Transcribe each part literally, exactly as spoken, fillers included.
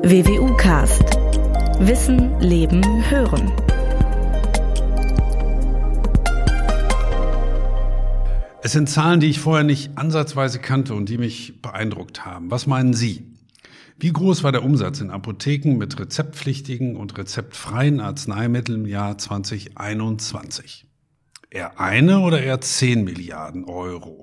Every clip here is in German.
W W U-Cast. Wissen, Leben, Hören. Es sind Zahlen, die ich vorher nicht ansatzweise kannte und die mich beeindruckt haben. Was meinen Sie? Wie groß war der Umsatz in Apotheken mit rezeptpflichtigen und rezeptfreien Arzneimitteln im Jahr zwanzig einundzwanzig? Eher eine oder eher zehn Milliarden Euro?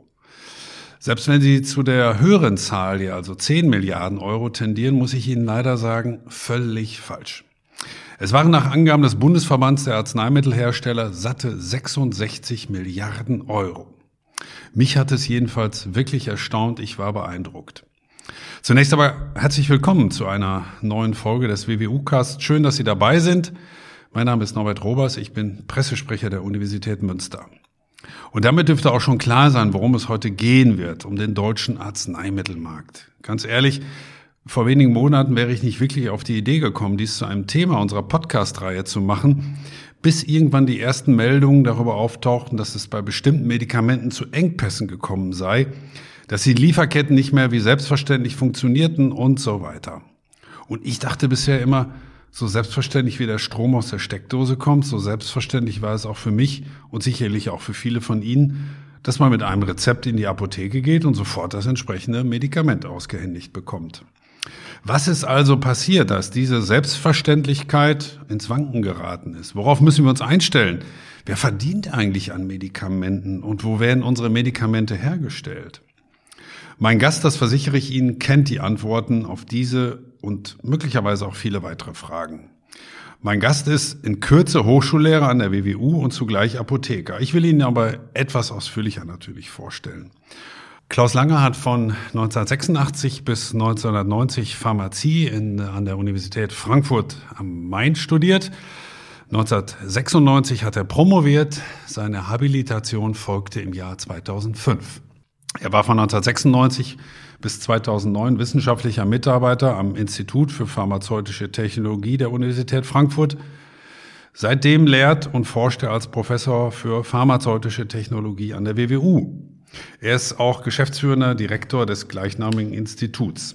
Selbst wenn Sie zu der höheren Zahl, die also zehn Milliarden Euro tendieren, muss ich Ihnen leider sagen, völlig falsch. Es waren nach Angaben des Bundesverbands der Arzneimittelhersteller satte sechsundsechzig Milliarden Euro. Mich hat es jedenfalls wirklich erstaunt, ich war beeindruckt. Zunächst aber herzlich willkommen zu einer neuen Folge des W W U-Cast. Schön, dass Sie dabei sind. Mein Name ist Norbert Robers, ich bin Pressesprecher der Universität Münster. Und damit dürfte auch schon klar sein, worum es heute gehen wird, um den deutschen Arzneimittelmarkt. Ganz ehrlich, vor wenigen Monaten wäre ich nicht wirklich auf die Idee gekommen, dies zu einem Thema unserer Podcast-Reihe zu machen, bis irgendwann die ersten Meldungen darüber auftauchten, dass es bei bestimmten Medikamenten zu Engpässen gekommen sei, dass die Lieferketten nicht mehr wie selbstverständlich funktionierten und so weiter. Und ich dachte bisher immer, so selbstverständlich wie der Strom aus der Steckdose kommt, so selbstverständlich war es auch für mich und sicherlich auch für viele von Ihnen, dass man mit einem Rezept in die Apotheke geht und sofort das entsprechende Medikament ausgehändigt bekommt. Was ist also passiert, dass diese Selbstverständlichkeit ins Wanken geraten ist? Worauf müssen wir uns einstellen? Wer verdient eigentlich an Medikamenten und wo werden unsere Medikamente hergestellt? Mein Gast, das versichere ich Ihnen, kennt die Antworten auf diese und möglicherweise auch viele weitere Fragen. Mein Gast ist in Kürze Hochschullehrer an der W W U und zugleich Apotheker. Ich will Ihnen aber etwas ausführlicher natürlich vorstellen. Klaus Lange hat von neunzehnhundertsechsundachtzig bis neunzehnhundertneunzig Pharmazie in, an der Universität Frankfurt am Main studiert. neunzehnhundertsechsundneunzig hat er promoviert. Seine Habilitation folgte im Jahr zweitausendfünf. Er war von neunzehnhundertsechsundneunzig bis zweitausendneun wissenschaftlicher Mitarbeiter am Institut für pharmazeutische Technologie der Universität Frankfurt. Seitdem lehrt und forscht er als Professor für pharmazeutische Technologie an der W W U. Er ist auch geschäftsführender Direktor des gleichnamigen Instituts.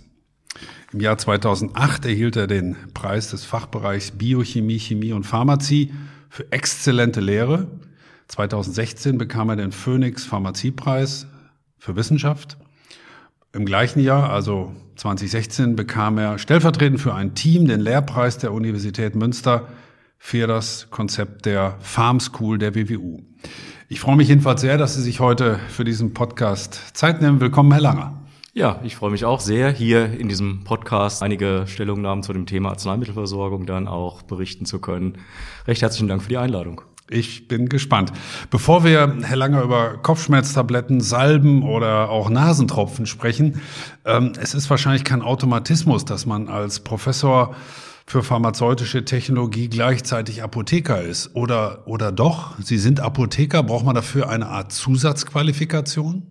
Im Jahr zweitausendacht erhielt er den Preis des Fachbereichs Biochemie, Chemie und Pharmazie für exzellente Lehre. zweitausendsechzehn bekam er den Phoenix Pharmaziepreis für Wissenschaft. Im gleichen Jahr, also zweitausendsechzehn, bekam er stellvertretend für ein Team den Lehrpreis der Universität Münster für das Konzept der Pharm School der W W U. Ich freue mich jedenfalls sehr, dass Sie sich heute für diesen Podcast Zeit nehmen. Willkommen, Herr Langer. Ja, ich freue mich auch sehr, hier in diesem Podcast einige Stellungnahmen zu dem Thema Arzneimittelversorgung dann auch berichten zu können. Recht herzlichen Dank für die Einladung. Ich bin gespannt. Bevor wir, Herr Langer, über Kopfschmerztabletten, Salben oder auch Nasentropfen sprechen, ähm, es ist wahrscheinlich kein Automatismus, dass man als Professor für pharmazeutische Technologie gleichzeitig Apotheker ist. Oder, oder doch? Sie sind Apotheker. Braucht man dafür eine Art Zusatzqualifikation?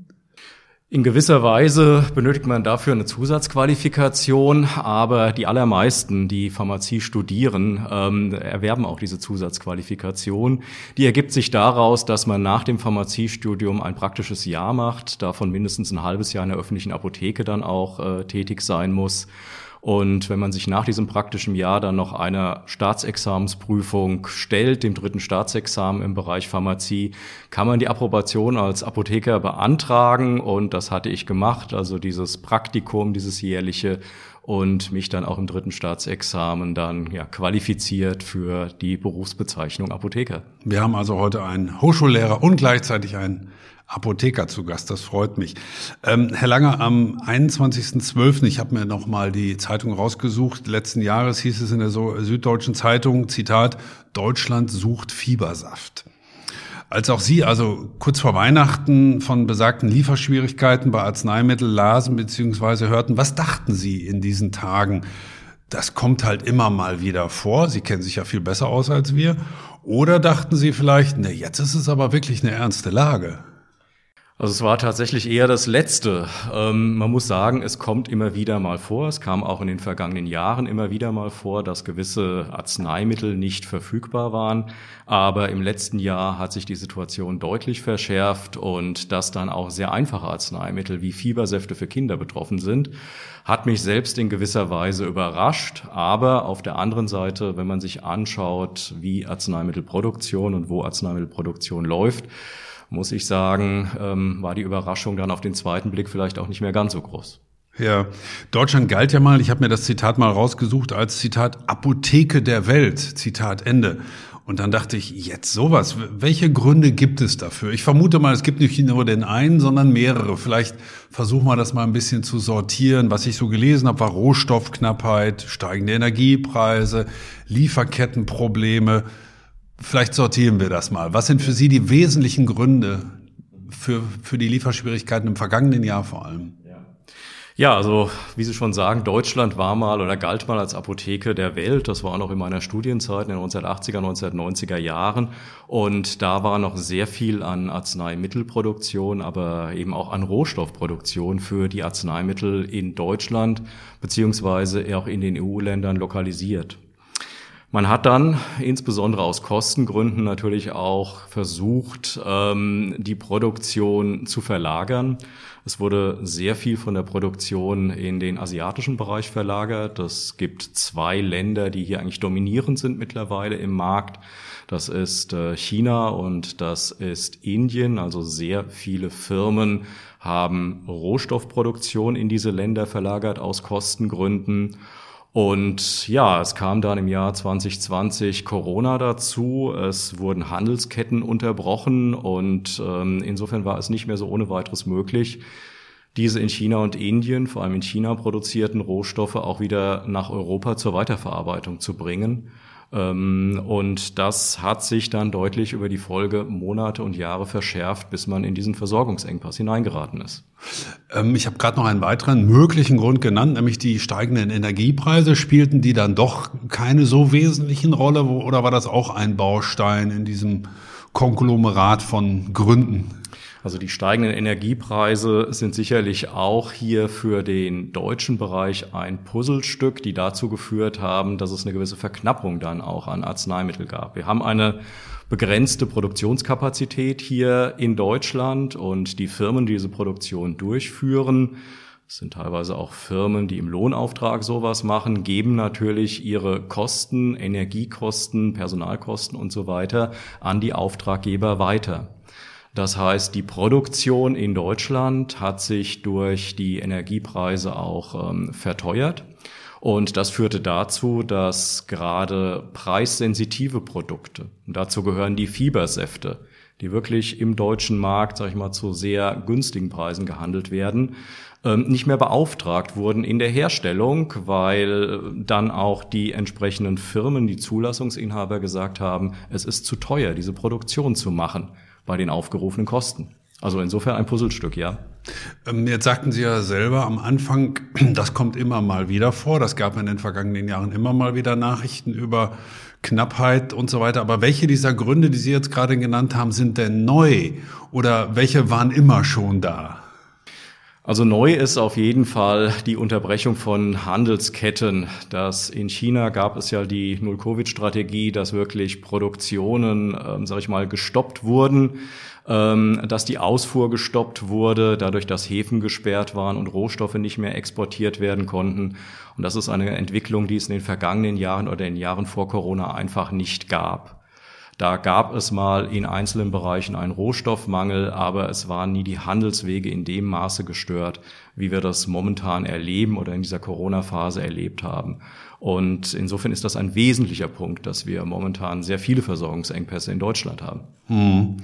In gewisser Weise benötigt man dafür eine Zusatzqualifikation, aber die allermeisten, die Pharmazie studieren, ähm, erwerben auch diese Zusatzqualifikation. Die ergibt sich daraus, dass man nach dem Pharmaziestudium ein praktisches Jahr macht, davon mindestens ein halbes Jahr in der öffentlichen Apotheke dann auch äh, tätig sein muss. Und wenn man sich nach diesem praktischen Jahr dann noch einer Staatsexamensprüfung stellt, dem dritten Staatsexamen im Bereich Pharmazie, kann man die Approbation als Apotheker beantragen. Und das hatte ich gemacht, also dieses Praktikum, dieses jährliche, und mich dann auch im dritten Staatsexamen dann ja qualifiziert für die Berufsbezeichnung Apotheker. Wir haben also heute einen Hochschullehrer und gleichzeitig einen Apotheker zu Gast, das freut mich. Ähm, Herr Langer, am einundzwanzigsten zwölften, ich habe mir noch mal die Zeitung rausgesucht, letzten Jahres hieß es in der Süddeutschen Zeitung, Zitat, Deutschland sucht Fiebersaft. Als auch Sie also kurz vor Weihnachten von besagten Lieferschwierigkeiten bei Arzneimitteln lasen bzw. hörten, was dachten Sie in diesen Tagen? Das kommt halt immer mal wieder vor, Sie kennen sich ja viel besser aus als wir. Oder dachten Sie vielleicht, ne, jetzt ist es aber wirklich eine ernste Lage? Also es war tatsächlich eher das Letzte. Ähm, man muss sagen, es kommt immer wieder mal vor, es kam auch in den vergangenen Jahren immer wieder mal vor, dass gewisse Arzneimittel nicht verfügbar waren. Aber im letzten Jahr hat sich die Situation deutlich verschärft und dass dann auch sehr einfache Arzneimittel wie Fiebersäfte für Kinder betroffen sind, hat mich selbst in gewisser Weise überrascht. Aber auf der anderen Seite, wenn man sich anschaut, wie Arzneimittelproduktion und wo Arzneimittelproduktion läuft, muss ich sagen, ähm, war die Überraschung dann auf den zweiten Blick vielleicht auch nicht mehr ganz so groß. Ja, Deutschland galt ja mal, ich habe mir das Zitat mal rausgesucht, als Zitat Apotheke der Welt, Zitat Ende. Und dann dachte ich, jetzt sowas, welche Gründe gibt es dafür? Ich vermute mal, es gibt nicht nur den einen, sondern mehrere. Vielleicht versuchen wir das mal ein bisschen zu sortieren. Was ich so gelesen habe, war Rohstoffknappheit, steigende Energiepreise, Lieferkettenprobleme. Vielleicht sortieren wir das mal. Was sind für Sie die wesentlichen Gründe für, für die Lieferschwierigkeiten im vergangenen Jahr vor allem? Ja, also wie Sie schon sagen, Deutschland war mal oder galt mal als Apotheke der Welt. Das war auch noch in meiner Studienzeit in den neunzehnhundertachtziger, neunzehnhundertneunziger Jahren. Und da war noch sehr viel an Arzneimittelproduktion, aber eben auch an Rohstoffproduktion für die Arzneimittel in Deutschland beziehungsweise auch in den E U-Ländern lokalisiert. Man hat dann insbesondere aus Kostengründen natürlich auch versucht, die Produktion zu verlagern. Es wurde sehr viel von der Produktion in den asiatischen Bereich verlagert. Es gibt zwei Länder, die hier eigentlich dominierend sind mittlerweile im Markt. Das ist China und das ist Indien. Also sehr viele Firmen haben Rohstoffproduktion in diese Länder verlagert aus Kostengründen. Und ja, es kam dann im Jahr zwanzig zwanzig Corona dazu. Es wurden Handelsketten unterbrochen und ähm, insofern war es nicht mehr so ohne weiteres möglich, diese in China und Indien, vor allem in China produzierten Rohstoffe auch wieder nach Europa zur Weiterverarbeitung zu bringen. Ähm, und das hat sich dann deutlich über die Folgemonate und Jahre verschärft, bis man in diesen Versorgungsengpass hineingeraten ist. Ähm, ich habe gerade noch einen weiteren möglichen Grund genannt, nämlich die steigenden Energiepreise. Spielten die dann doch keine so wesentlichen Rolle oder war das auch ein Baustein in diesem Konglomerat von Gründen? Also die steigenden Energiepreise sind sicherlich auch hier für den deutschen Bereich ein Puzzlestück, die dazu geführt haben, dass es eine gewisse Verknappung dann auch an Arzneimittel gab. Wir haben eine begrenzte Produktionskapazität hier in Deutschland und die Firmen, die diese Produktion durchführen, das sind teilweise auch Firmen, die im Lohnauftrag sowas machen, geben natürlich ihre Kosten, Energiekosten, Personalkosten und so weiter an die Auftraggeber weiter. Das heißt, die Produktion in Deutschland hat sich durch die Energiepreise auch ähm, verteuert. Und das führte dazu, dass gerade preissensitive Produkte, und dazu gehören die Fiebersäfte, die wirklich im deutschen Markt, sag ich mal, zu sehr günstigen Preisen gehandelt werden, ähm, nicht mehr beauftragt wurden in der Herstellung, weil dann auch die entsprechenden Firmen, die Zulassungsinhaber gesagt haben, es ist zu teuer, diese Produktion zu machen bei den aufgerufenen Kosten. Also insofern ein Puzzlestück, ja. Jetzt sagten Sie ja selber am Anfang, das kommt immer mal wieder vor. Das gab in den vergangenen Jahren immer mal wieder Nachrichten über Knappheit und so weiter. Aber welche dieser Gründe, die Sie jetzt gerade genannt haben, sind denn neu? Oder welche waren immer schon da? Also neu ist auf jeden Fall die Unterbrechung von Handelsketten. Das in China gab es ja die Null-Covid-Strategie, dass wirklich Produktionen, ähm, sag ich mal, gestoppt wurden, ähm, dass die Ausfuhr gestoppt wurde, dadurch, dass Häfen gesperrt waren und Rohstoffe nicht mehr exportiert werden konnten. Und das ist eine Entwicklung, die es in den vergangenen Jahren oder in den Jahren vor Corona einfach nicht gab. Da gab es mal in einzelnen Bereichen einen Rohstoffmangel, aber es waren nie die Handelswege in dem Maße gestört, wie wir das momentan erleben oder in dieser Corona-Phase erlebt haben. Und insofern ist das ein wesentlicher Punkt, dass wir momentan sehr viele Versorgungsengpässe in Deutschland haben. Hm.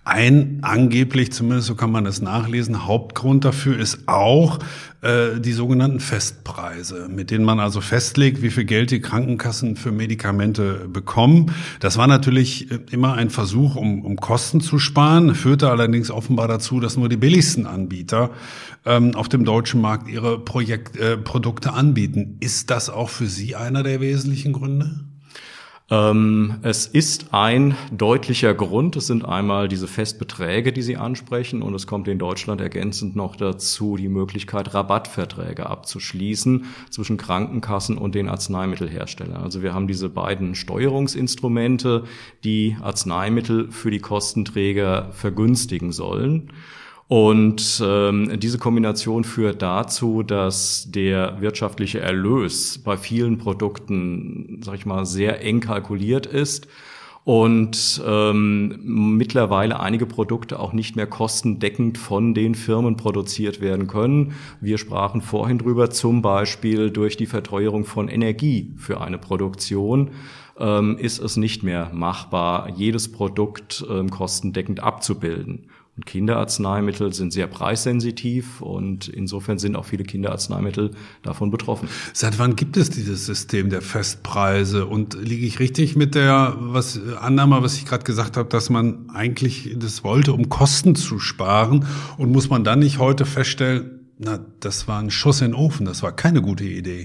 Ein angeblich, zumindest so kann man es nachlesen, Hauptgrund dafür ist auch äh, die sogenannten Festpreise, mit denen man also festlegt, wie viel Geld die Krankenkassen für Medikamente bekommen. Das war natürlich immer ein Versuch, um, um Kosten zu sparen, führte allerdings offenbar dazu, dass nur die billigsten Anbieter ähm, auf dem deutschen Markt ihre Projekt, äh, Produkte anbieten. Ist das auch für Sie einer der wesentlichen Gründe? Ähm, es ist ein deutlicher Grund. Es sind einmal diese Festbeträge, die Sie ansprechen, und es kommt in Deutschland ergänzend noch dazu die Möglichkeit, Rabattverträge abzuschließen zwischen Krankenkassen und den Arzneimittelherstellern. Also wir haben diese beiden Steuerungsinstrumente, die Arzneimittel für die Kostenträger vergünstigen sollen. Und ähm, diese Kombination führt dazu, dass der wirtschaftliche Erlös bei vielen Produkten, sag ich mal, sehr eng kalkuliert ist und ähm, mittlerweile einige Produkte auch nicht mehr kostendeckend von den Firmen produziert werden können. Wir sprachen vorhin drüber, zum Beispiel durch die Verteuerung von Energie für eine Produktion ähm, ist es nicht mehr machbar, jedes Produkt ähm, kostendeckend abzubilden. Und Kinderarzneimittel sind sehr preissensitiv und insofern sind auch viele Kinderarzneimittel davon betroffen. Seit wann gibt es dieses System der Festpreise? Und liege ich richtig mit der was, Annahme, was ich gerade gesagt habe, dass man eigentlich das wollte, um Kosten zu sparen? Und muss man dann nicht heute feststellen, na, das war ein Schuss in den Ofen, das war keine gute Idee?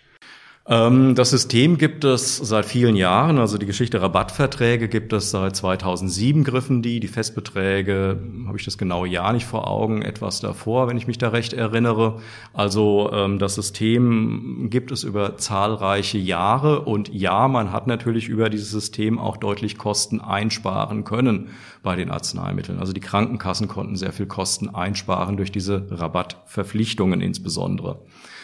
Das System gibt es seit vielen Jahren, also die Geschichte Rabattverträge gibt es seit zweitausendsieben, griffen die. Die Festbeträge, habe ich das genaue Jahr nicht vor Augen, etwas davor, wenn ich mich da recht erinnere. Also das System gibt es über zahlreiche Jahre und ja, man hat natürlich über dieses System auch deutlich Kosten einsparen können bei den Arzneimitteln. Also die Krankenkassen konnten sehr viel Kosten einsparen durch diese Rabattverpflichtungen insbesondere.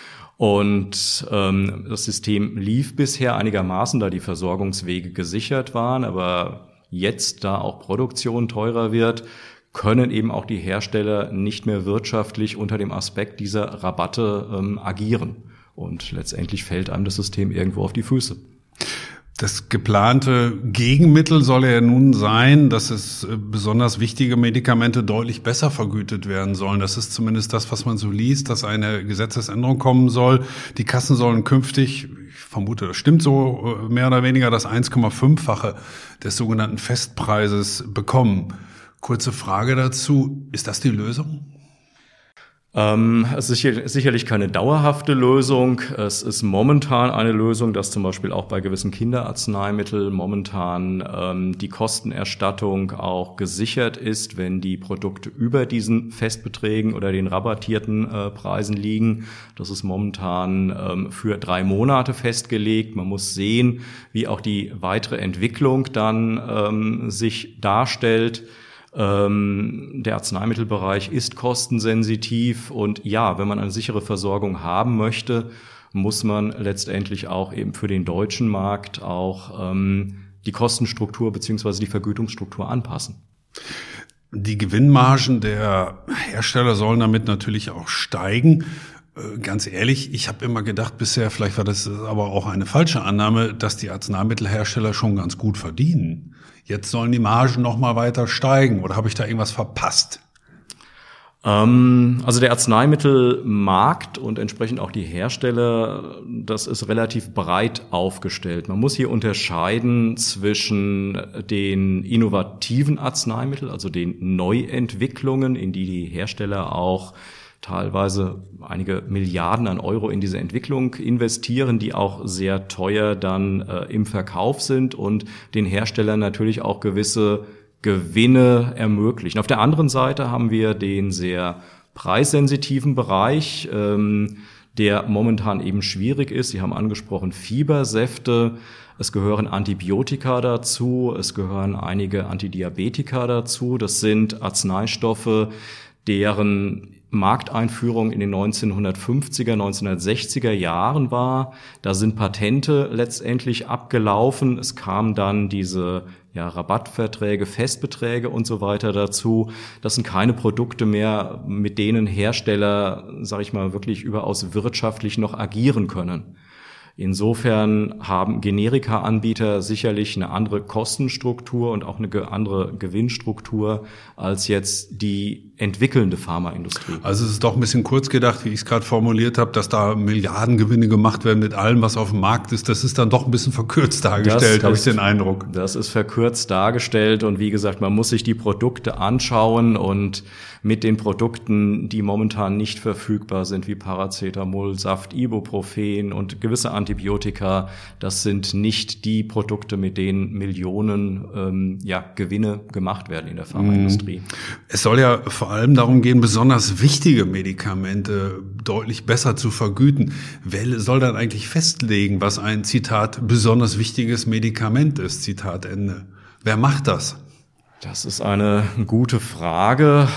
Und ähm, das System lief bisher einigermaßen, da die Versorgungswege gesichert waren. Aber jetzt, da auch Produktion teurer wird, können eben auch die Hersteller nicht mehr wirtschaftlich unter dem Aspekt dieser Rabatte ähm, agieren. Und letztendlich fällt einem das System irgendwo auf die Füße. Das geplante Gegenmittel soll ja nun sein, dass es besonders wichtige Medikamente deutlich besser vergütet werden sollen. Das ist zumindest das, was man so liest, dass eine Gesetzesänderung kommen soll. Die Kassen sollen künftig, ich vermute, das stimmt so, mehr oder weniger das eins Komma fünffache des sogenannten Festpreises bekommen. Kurze Frage dazu, ist das die Lösung? Ähm, es ist sicher, sicherlich keine dauerhafte Lösung. Es ist momentan eine Lösung, dass zum Beispiel auch bei gewissen Kinderarzneimitteln momentan ähm, die Kostenerstattung auch gesichert ist, wenn die Produkte über diesen Festbeträgen oder den rabattierten äh, Preisen liegen. Das ist momentan ähm, für drei Monate festgelegt. Man muss sehen, wie auch die weitere Entwicklung dann ähm, sich darstellt. Der Arzneimittelbereich ist kostensensitiv und ja, wenn man eine sichere Versorgung haben möchte, muss man letztendlich auch eben für den deutschen Markt auch ähm, die Kostenstruktur beziehungsweise die Vergütungsstruktur anpassen. Die Gewinnmargen der Hersteller sollen damit natürlich auch steigen. Ganz ehrlich, ich habe immer gedacht bisher, vielleicht war das aber auch eine falsche Annahme, dass die Arzneimittelhersteller schon ganz gut verdienen. Jetzt sollen die Margen noch mal weiter steigen, oder habe ich da irgendwas verpasst? Ähm, also der Arzneimittelmarkt und entsprechend auch die Hersteller, das ist relativ breit aufgestellt. Man muss hier unterscheiden zwischen den innovativen Arzneimitteln, also den Neuentwicklungen, in die die Hersteller auch teilweise einige Milliarden an Euro in diese Entwicklung investieren, die auch sehr teuer dann äh, im Verkauf sind und den Herstellern natürlich auch gewisse Gewinne ermöglichen. Auf der anderen Seite haben wir den sehr preissensitiven Bereich, ähm, der momentan eben schwierig ist. Sie haben angesprochen Fiebersäfte. Es gehören Antibiotika dazu, es gehören einige Antidiabetika dazu. Das sind Arzneistoffe, deren Markteinführung in den neunzehnhundertfünfziger, neunzehnhundertsechziger Jahren war. Da sind Patente letztendlich abgelaufen. Es kamen dann diese ja, Rabattverträge, Festbeträge und so weiter dazu. Das sind keine Produkte mehr, mit denen Hersteller, sage ich mal, wirklich überaus wirtschaftlich noch agieren können. Insofern haben Generika-Anbieter sicherlich eine andere Kostenstruktur und auch eine andere Gewinnstruktur als jetzt die entwickelnde Pharmaindustrie. Also es ist doch ein bisschen kurz gedacht, wie ich es gerade formuliert habe, dass da Milliardengewinne gemacht werden mit allem, was auf dem Markt ist. Das ist dann doch ein bisschen verkürzt dargestellt, habe ich den Eindruck. Das ist verkürzt dargestellt und wie gesagt, man muss sich die Produkte anschauen und mit den Produkten, die momentan nicht verfügbar sind, wie Paracetamol, Saft, Ibuprofen und gewisse Antibiotika, das sind nicht die Produkte, mit denen Millionen ähm, ja, Gewinne gemacht werden in der Pharmaindustrie. Es soll ja vor allem darum gehen, besonders wichtige Medikamente deutlich besser zu vergüten. Wer soll dann eigentlich festlegen, was ein, Zitat, besonders wichtiges Medikament ist, Zitat Ende? Wer macht das? Das ist eine gute Frage.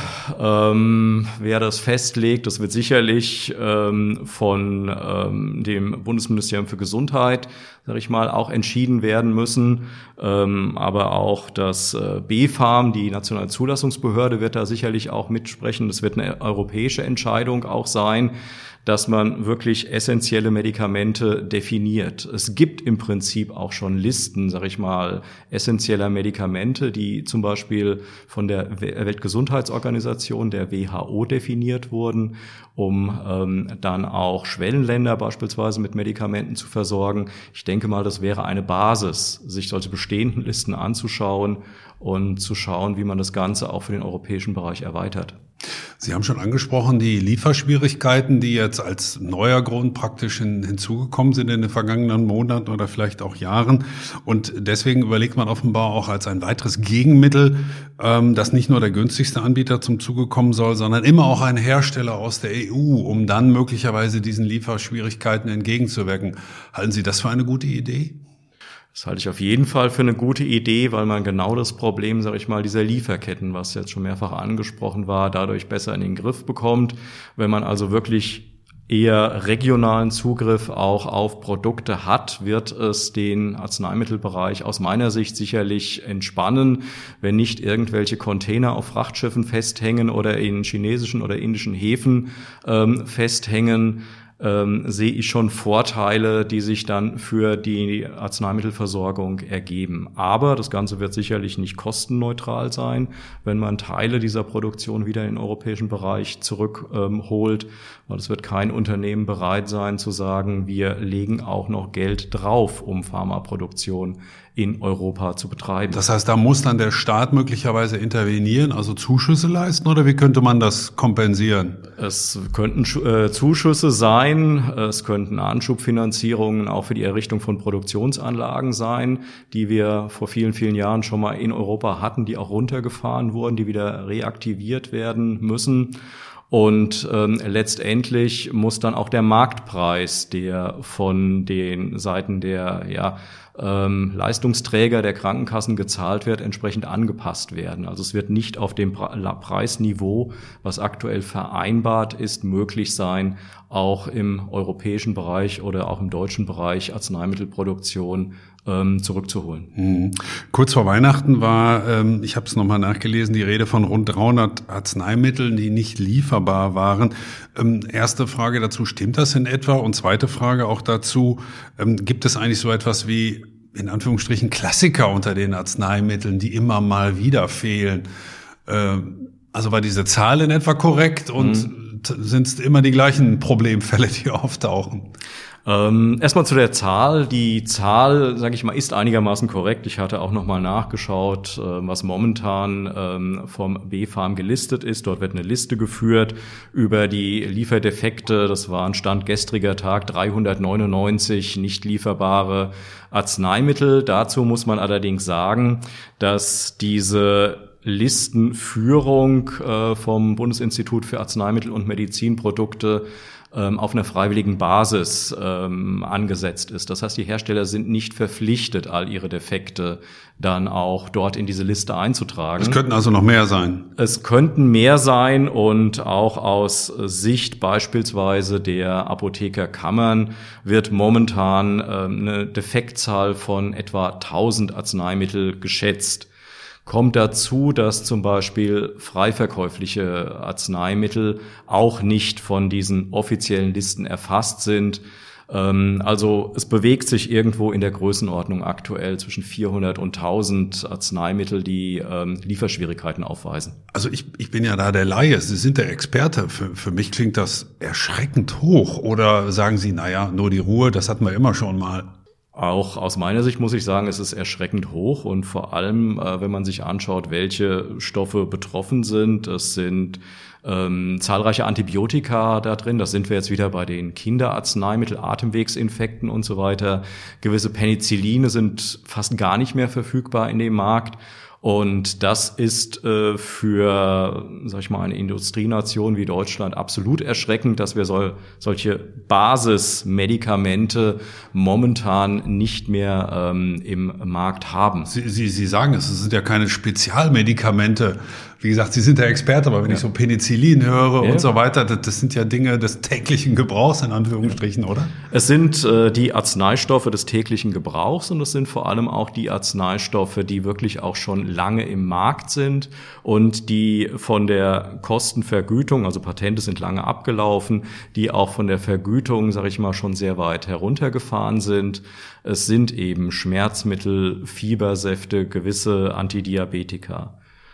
Ähm, wer das festlegt, das wird sicherlich ähm, von ähm, dem Bundesministerium für Gesundheit, sage ich mal, auch entschieden werden müssen. Ähm, aber auch das äh, B Pharm, die nationale Zulassungsbehörde, wird da sicherlich auch mitsprechen. Das wird eine europäische Entscheidung auch sein, dass man wirklich essentielle Medikamente definiert. Es gibt im Prinzip auch schon Listen, sag ich mal, essentieller Medikamente, die zum Beispiel von der Weltgesundheitsorganisation, der W H O, definiert wurden, um ähm, dann auch Schwellenländer beispielsweise mit Medikamenten zu versorgen. Ich denke mal, das wäre eine Basis, sich solche bestehenden Listen anzuschauen und zu schauen, wie man das Ganze auch für den europäischen Bereich erweitert. Sie haben schon angesprochen, die Lieferschwierigkeiten, die jetzt als neuer Grund praktisch hin, hinzugekommen sind in den vergangenen Monaten oder vielleicht auch Jahren. Und deswegen überlegt man offenbar auch als ein weiteres Gegenmittel, ähm, dass nicht nur der günstigste Anbieter zum Zuge kommen soll, sondern immer auch ein Hersteller aus der E U, um dann möglicherweise diesen Lieferschwierigkeiten entgegenzuwirken. Halten Sie das für eine gute Idee? Das halte ich auf jeden Fall für eine gute Idee, weil man genau das Problem, sage ich mal, dieser Lieferketten, was jetzt schon mehrfach angesprochen war, dadurch besser in den Griff bekommt. Wenn man also wirklich eher regionalen Zugriff auch auf Produkte hat, wird es den Arzneimittelbereich aus meiner Sicht sicherlich entspannen, wenn nicht irgendwelche Container auf Frachtschiffen festhängen oder in chinesischen oder indischen Häfen ähm, festhängen. Ähm, sehe ich schon Vorteile, die sich dann für die Arzneimittelversorgung ergeben. Aber das Ganze wird sicherlich nicht kostenneutral sein, wenn man Teile dieser Produktion wieder in den europäischen Bereich zurückholt, ähm, weil es wird kein Unternehmen bereit sein zu sagen, wir legen auch noch Geld drauf, um Pharmaproduktion in Europa zu betreiben. Das heißt, da muss dann der Staat möglicherweise intervenieren, also Zuschüsse leisten, oder wie könnte man das kompensieren? Es könnten äh, Zuschüsse sein, es könnten Anschubfinanzierungen auch für die Errichtung von Produktionsanlagen sein, die wir vor vielen, vielen Jahren schon mal in Europa hatten, die auch runtergefahren wurden, die wieder reaktiviert werden müssen. Und ähm, letztendlich muss dann auch der Marktpreis, der von den Seiten der ja ähm, Leistungsträger der Krankenkassen gezahlt wird, entsprechend angepasst werden. Also es wird nicht auf dem Pre- Preisniveau, was aktuell vereinbart ist, möglich sein, auch im europäischen Bereich oder auch im deutschen Bereich Arzneimittelproduktion ähm, zurückzuholen. Mhm. Kurz vor Weihnachten war, ähm, ich habe es nochmal nachgelesen, die Rede von rund dreihundert Arzneimitteln, die nicht lieferbar waren. Ähm, erste Frage dazu, stimmt das in etwa? Und zweite Frage auch dazu, ähm, gibt es eigentlich so etwas wie, in Anführungsstrichen, Klassiker unter den Arzneimitteln, die immer mal wieder fehlen? Ähm, also war diese Zahl in etwa korrekt und mhm. sind es immer die gleichen Problemfälle, die auftauchen? Ähm, erstmal zu der Zahl. Die Zahl, sage ich mal, ist einigermaßen korrekt. Ich hatte auch nochmal nachgeschaut, äh, was momentan ähm, vom B Pharm gelistet ist. Dort wird eine Liste geführt über die Lieferdefekte. Das war ein Stand gestriger Tag, dreihundertneunundneunzig nicht lieferbare Arzneimittel. Dazu muss man allerdings sagen, dass diese Listenführung äh, vom Bundesinstitut für Arzneimittel und Medizinprodukte ähm, auf einer freiwilligen Basis ähm, angesetzt ist. Das heißt, die Hersteller sind nicht verpflichtet, all ihre Defekte dann auch dort in diese Liste einzutragen. Es könnten also noch mehr sein. Es könnten mehr sein und auch aus Sicht beispielsweise der Apothekerkammern wird momentan ähm, eine Defektzahl von etwa tausend Arzneimittel geschätzt. Kommt dazu, dass zum Beispiel frei verkäufliche Arzneimittel auch nicht von diesen offiziellen Listen erfasst sind. Also es bewegt sich irgendwo in der Größenordnung aktuell zwischen vierhundert und tausend Arzneimittel, die ähm, Lieferschwierigkeiten aufweisen. Also ich, ich bin ja da der Laie, Sie sind der Experte. Für, für mich klingt das erschreckend hoch. Oder sagen Sie, naja, nur die Ruhe, das hatten wir immer schon mal. Auch aus meiner Sicht muss ich sagen, es ist erschreckend hoch und vor allem, äh, wenn man sich anschaut, welche Stoffe betroffen sind. Es sind ähm, zahlreiche Antibiotika da drin. Das sind wir jetzt wieder bei den Kinderarzneimitteln, Atemwegsinfekten und so weiter. Gewisse Penicilline sind fast gar nicht mehr verfügbar in dem Markt. Und das ist äh, für, sag ich mal, eine Industrienation wie Deutschland absolut erschreckend, dass wir sol- solche Basismedikamente momentan nicht mehr ähm, im Markt haben. Sie, Sie, Sie sagen es, es sind ja keine Spezialmedikamente. Wie gesagt, Sie sind der Experte, aber wenn ja. ich so Penicillin höre ja. und so weiter, das, das sind ja Dinge des täglichen Gebrauchs, in Anführungsstrichen, oder? Es sind äh, die Arzneistoffe des täglichen Gebrauchs und es sind vor allem auch die Arzneistoffe, die wirklich auch schon lange im Markt sind und die von der Kostenvergütung, also Patente sind lange abgelaufen, die auch von der Vergütung, sage ich mal, schon sehr weit heruntergefahren sind. Es sind eben Schmerzmittel, Fiebersäfte, gewisse Antidiabetika.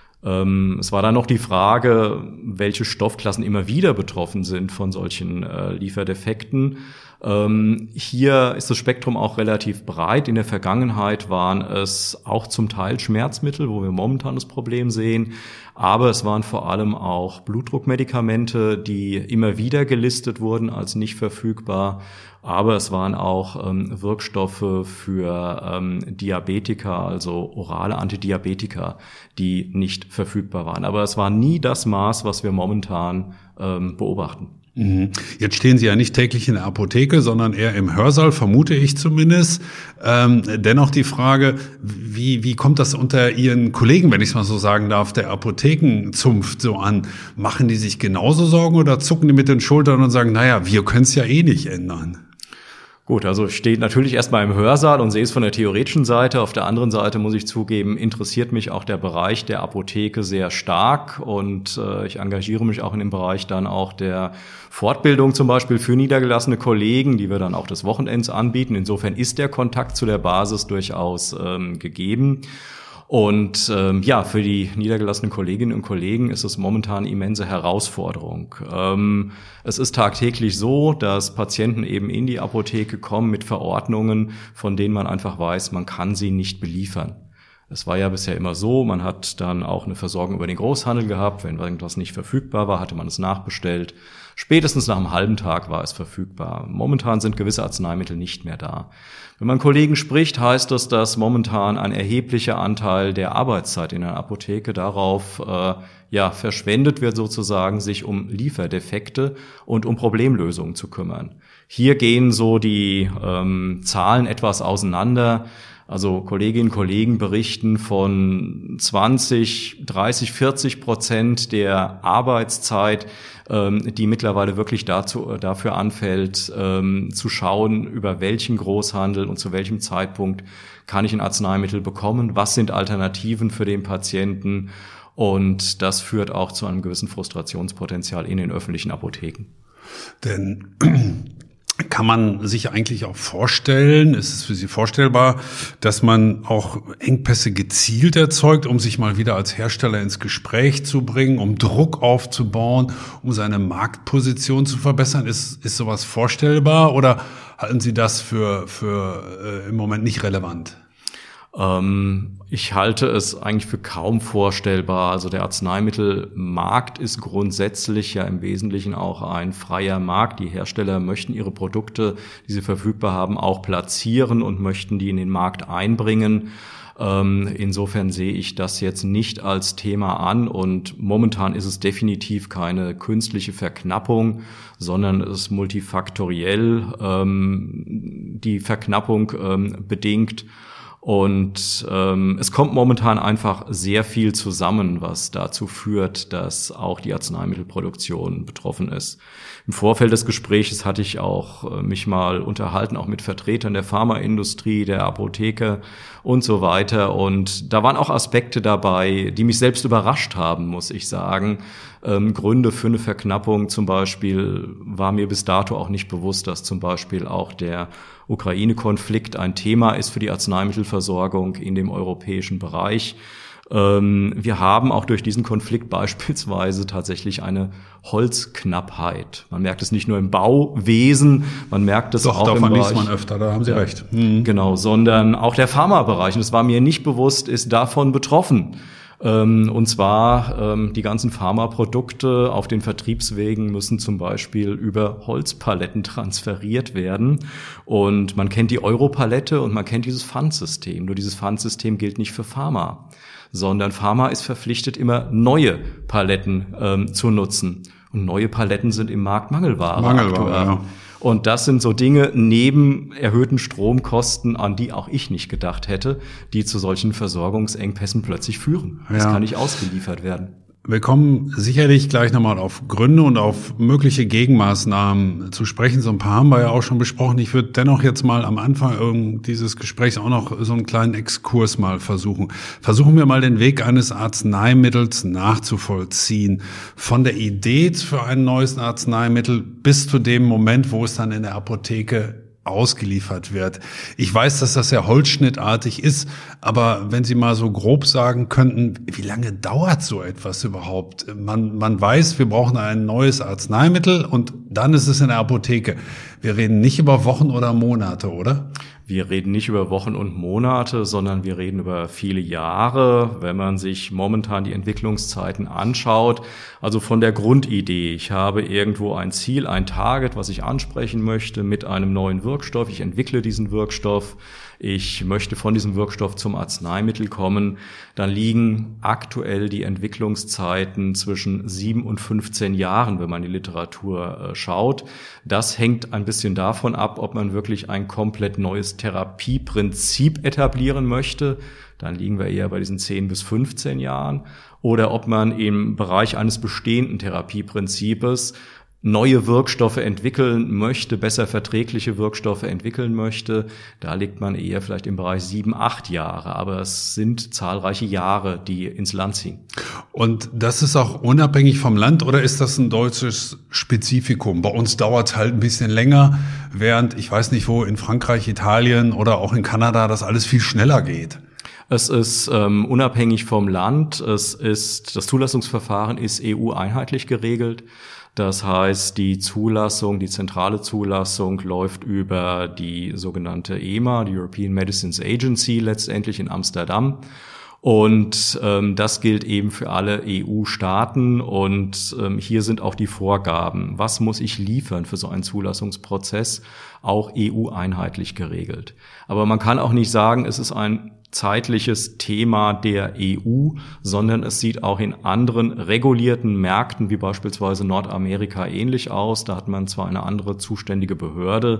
Es war dann noch die Frage, welche Stoffklassen immer wieder betroffen sind von solchen äh, Lieferdefekten. Ähm, hier ist das Spektrum auch relativ breit. In der Vergangenheit waren es auch zum Teil Schmerzmittel, wo wir momentan das Problem sehen. Aber es waren vor allem auch Blutdruckmedikamente, die immer wieder gelistet wurden als nicht verfügbar. Aber es waren auch ähm, Wirkstoffe für ähm, Diabetika, also orale Antidiabetika, die nicht verfügbar waren. Aber es war nie das Maß, was wir momentan ähm, beobachten. Jetzt stehen Sie ja nicht täglich in der Apotheke, sondern eher im Hörsaal, vermute ich zumindest. Ähm, dennoch die Frage, wie, wie kommt das unter Ihren Kollegen, wenn ich es mal so sagen darf, der Apothekenzunft so an? Machen die sich genauso Sorgen oder zucken die mit den Schultern und sagen, naja, wir können es ja eh nicht ändern? Gut, also ich stehe natürlich erstmal im Hörsaal und sehe es von der theoretischen Seite. Auf der anderen Seite muss ich zugeben, interessiert mich auch der Bereich der Apotheke sehr stark und äh, ich engagiere mich auch in dem Bereich dann auch der Fortbildung zum Beispiel für niedergelassene Kollegen, die wir dann auch des Wochenends anbieten. Insofern ist der Kontakt zu der Basis durchaus ähm, gegeben. Und ähm, ja, für die niedergelassenen Kolleginnen und Kollegen ist es momentan eine immense Herausforderung. Ähm, es ist tagtäglich so, dass Patienten eben in die Apotheke kommen mit Verordnungen, von denen man einfach weiß, man kann sie nicht beliefern. Es war ja bisher immer so, man hat dann auch eine Versorgung über den Großhandel gehabt. Wenn irgendwas nicht verfügbar war, hatte man es nachbestellt. Spätestens nach einem halben Tag war es verfügbar. Momentan sind gewisse Arzneimittel nicht mehr da. Wenn man Kollegen spricht, heißt das, dass momentan ein erheblicher Anteil der Arbeitszeit in der Apotheke darauf äh, ja verschwendet wird, sozusagen, sich um Lieferdefekte und um Problemlösungen zu kümmern. Hier gehen so die ähm, Zahlen etwas auseinander. Also Kolleginnen und Kollegen berichten von zwanzig, dreißig, vierzig Prozent der Arbeitszeit, ähm, die mittlerweile wirklich dazu, dafür anfällt, ähm, zu schauen, über welchen Großhandel und zu welchem Zeitpunkt kann ich ein Arzneimittel bekommen, was sind Alternativen für den Patienten, und das führt auch zu einem gewissen Frustrationspotenzial in den öffentlichen Apotheken. Denn kann man sich eigentlich auch vorstellen, ist es für Sie vorstellbar, dass man auch Engpässe gezielt erzeugt, um sich mal wieder als Hersteller ins Gespräch zu bringen, um Druck aufzubauen, um seine Marktposition zu verbessern? Ist, ist sowas vorstellbar oder halten Sie das für, für äh, im Moment nicht relevant? Ähm, ich halte es eigentlich für kaum vorstellbar. Also der Arzneimittelmarkt ist grundsätzlich ja im Wesentlichen auch ein freier Markt. Die Hersteller möchten ihre Produkte, die sie verfügbar haben, auch platzieren und möchten die in den Markt einbringen. Ähm, insofern sehe ich das jetzt nicht als Thema an, und momentan ist es definitiv keine künstliche Verknappung, sondern es ist multifaktoriell ähm, die Verknappung ähm, bedingt. Und ähm, es kommt momentan einfach sehr viel zusammen, was dazu führt, dass auch die Arzneimittelproduktion betroffen ist. Im Vorfeld des Gesprächs hatte ich auch äh, mich mal unterhalten, auch mit Vertretern der Pharmaindustrie, der Apotheke und so weiter. Und da waren auch Aspekte dabei, die mich selbst überrascht haben, muss ich sagen. ähm, Gründe für eine Verknappung. Zum Beispiel war mir bis dato auch nicht bewusst, dass zum Beispiel auch der Ukraine-Konflikt ein Thema ist für die Arzneimittelversorgung in dem europäischen Bereich. Wir haben auch durch diesen Konflikt beispielsweise tatsächlich eine Holzknappheit. Man merkt es nicht nur im Bauwesen, man merkt es Doch, auch im Bereich. Doch, davon liest man öfter, da haben Sie ja recht. Mhm. Genau, sondern auch der Pharmabereich, und das war mir nicht bewusst, ist davon betroffen. Und zwar die ganzen Pharmaprodukte auf den Vertriebswegen müssen zum Beispiel über Holzpaletten transferiert werden. Und man kennt die Europalette und man kennt dieses Pfandsystem. Nur dieses Pfandsystem gilt nicht für Pharma, sondern Pharma ist verpflichtet, immer neue Paletten ähm, zu nutzen. Und neue Paletten sind im Markt Mangelware. Mangelware, ja. Und das sind so Dinge neben erhöhten Stromkosten, an die auch ich nicht gedacht hätte, die zu solchen Versorgungsengpässen plötzlich führen. Das ja. kann nicht ausgeliefert werden. Wir kommen sicherlich gleich nochmal auf Gründe und auf mögliche Gegenmaßnahmen zu sprechen. So ein paar haben wir ja auch schon besprochen. Ich würde dennoch jetzt mal am Anfang dieses Gesprächs auch noch so einen kleinen Exkurs mal versuchen. Versuchen wir mal den Weg eines Arzneimittels nachzuvollziehen. Von der Idee für ein neues Arzneimittel bis zu dem Moment, wo es dann in der Apotheke ausgeliefert wird. Ich weiß, dass das sehr holzschnittartig ist, aber wenn Sie mal so grob sagen könnten, wie lange dauert so etwas überhaupt? Man, man weiß, wir brauchen ein neues Arzneimittel und dann ist es in der Apotheke. Wir reden nicht über Wochen oder Monate, oder? Wir reden nicht über Wochen und Monate, sondern wir reden über viele Jahre, wenn man sich momentan die Entwicklungszeiten anschaut. Also von der Grundidee, ich habe irgendwo ein Ziel, ein Target, was ich ansprechen möchte mit einem neuen Wirkstoff. Ich entwickle diesen Wirkstoff. Ich möchte von diesem Wirkstoff zum Arzneimittel kommen. Dann liegen aktuell die Entwicklungszeiten zwischen sieben und fünfzehn Jahren, wenn man die Literatur äh, schaut. Das hängt ein bisschen davon ab, ob man wirklich ein komplett neues Therapieprinzip etablieren möchte. Dann liegen wir eher bei diesen zehn bis fünfzehn Jahren. Oder ob man im Bereich eines bestehenden Therapieprinzips neue Wirkstoffe entwickeln möchte, besser verträgliche Wirkstoffe entwickeln möchte. Da liegt man eher vielleicht im Bereich sieben, acht Jahre. Aber es sind zahlreiche Jahre, die ins Land ziehen. Und das ist auch unabhängig vom Land oder ist das ein deutsches Spezifikum? Bei uns dauert es halt ein bisschen länger, während, ich weiß nicht wo, in Frankreich, Italien oder auch in Kanada das alles viel schneller geht. Es ist ähm, unabhängig vom Land. Es ist, das Zulassungsverfahren ist E U-einheitlich geregelt. Das heißt, die Zulassung, die zentrale Zulassung läuft über die sogenannte E M A, die European Medicines Agency, letztendlich in Amsterdam. Und ähm, das gilt eben für alle E U-Staaten. Und ähm, hier sind auch die Vorgaben. Was muss ich liefern für so einen Zulassungsprozess? Auch E U-einheitlich geregelt. Aber man kann auch nicht sagen, es ist ein zeitliches Thema der E U, sondern es sieht auch in anderen regulierten Märkten, wie beispielsweise Nordamerika, ähnlich aus. Da hat man zwar eine andere zuständige Behörde,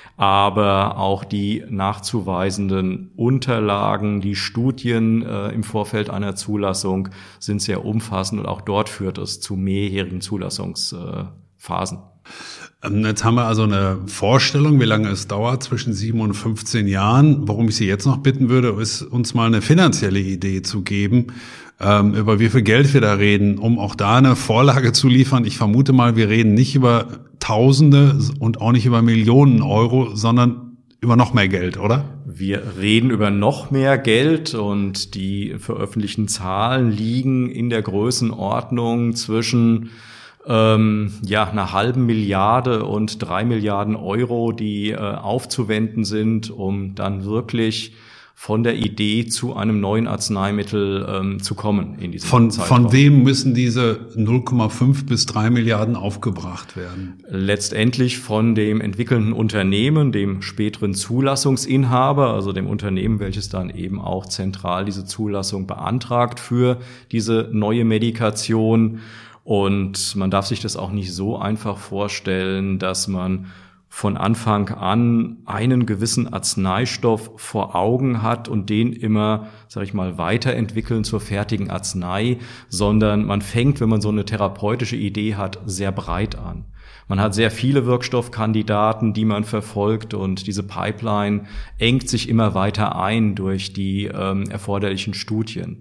aber auch die nachzuweisenden Unterlagen, die Studien äh, im Vorfeld einer Zulassung sind sehr umfassend und auch dort führt es zu mehrjährigen Zulassungsphasen. Jetzt haben wir also eine Vorstellung, wie lange es dauert, zwischen sieben und fünfzehn Jahren. Worum ich Sie jetzt noch bitten würde, ist uns mal eine finanzielle Idee zu geben, ähm, über wie viel Geld wir da reden, um auch da eine Vorlage zu liefern. Ich vermute mal, wir reden nicht über Tausende und auch nicht über Millionen Euro, sondern über noch mehr Geld, oder? Wir reden über noch mehr Geld und die veröffentlichten Zahlen liegen in der Größenordnung zwischen Ähm, ja, einer halben Milliarde und drei Milliarden Euro, die äh, aufzuwenden sind, um dann wirklich von der Idee zu einem neuen Arzneimittel ähm, zu kommen in diesem von, Zeitraum. Von wem müssen diese null Komma fünf bis drei Milliarden aufgebracht werden? Letztendlich von dem entwickelnden Unternehmen, dem späteren Zulassungsinhaber, also dem Unternehmen, welches dann eben auch zentral diese Zulassung beantragt für diese neue Medikation. Und man darf sich das auch nicht so einfach vorstellen, dass man von Anfang an einen gewissen Arzneistoff vor Augen hat und den immer, sag ich mal, weiterentwickeln zur fertigen Arznei, sondern man fängt, wenn man so eine therapeutische Idee hat, sehr breit an. Man hat sehr viele Wirkstoffkandidaten, die man verfolgt und diese Pipeline engt sich immer weiter ein durch die ähm, erforderlichen Studien.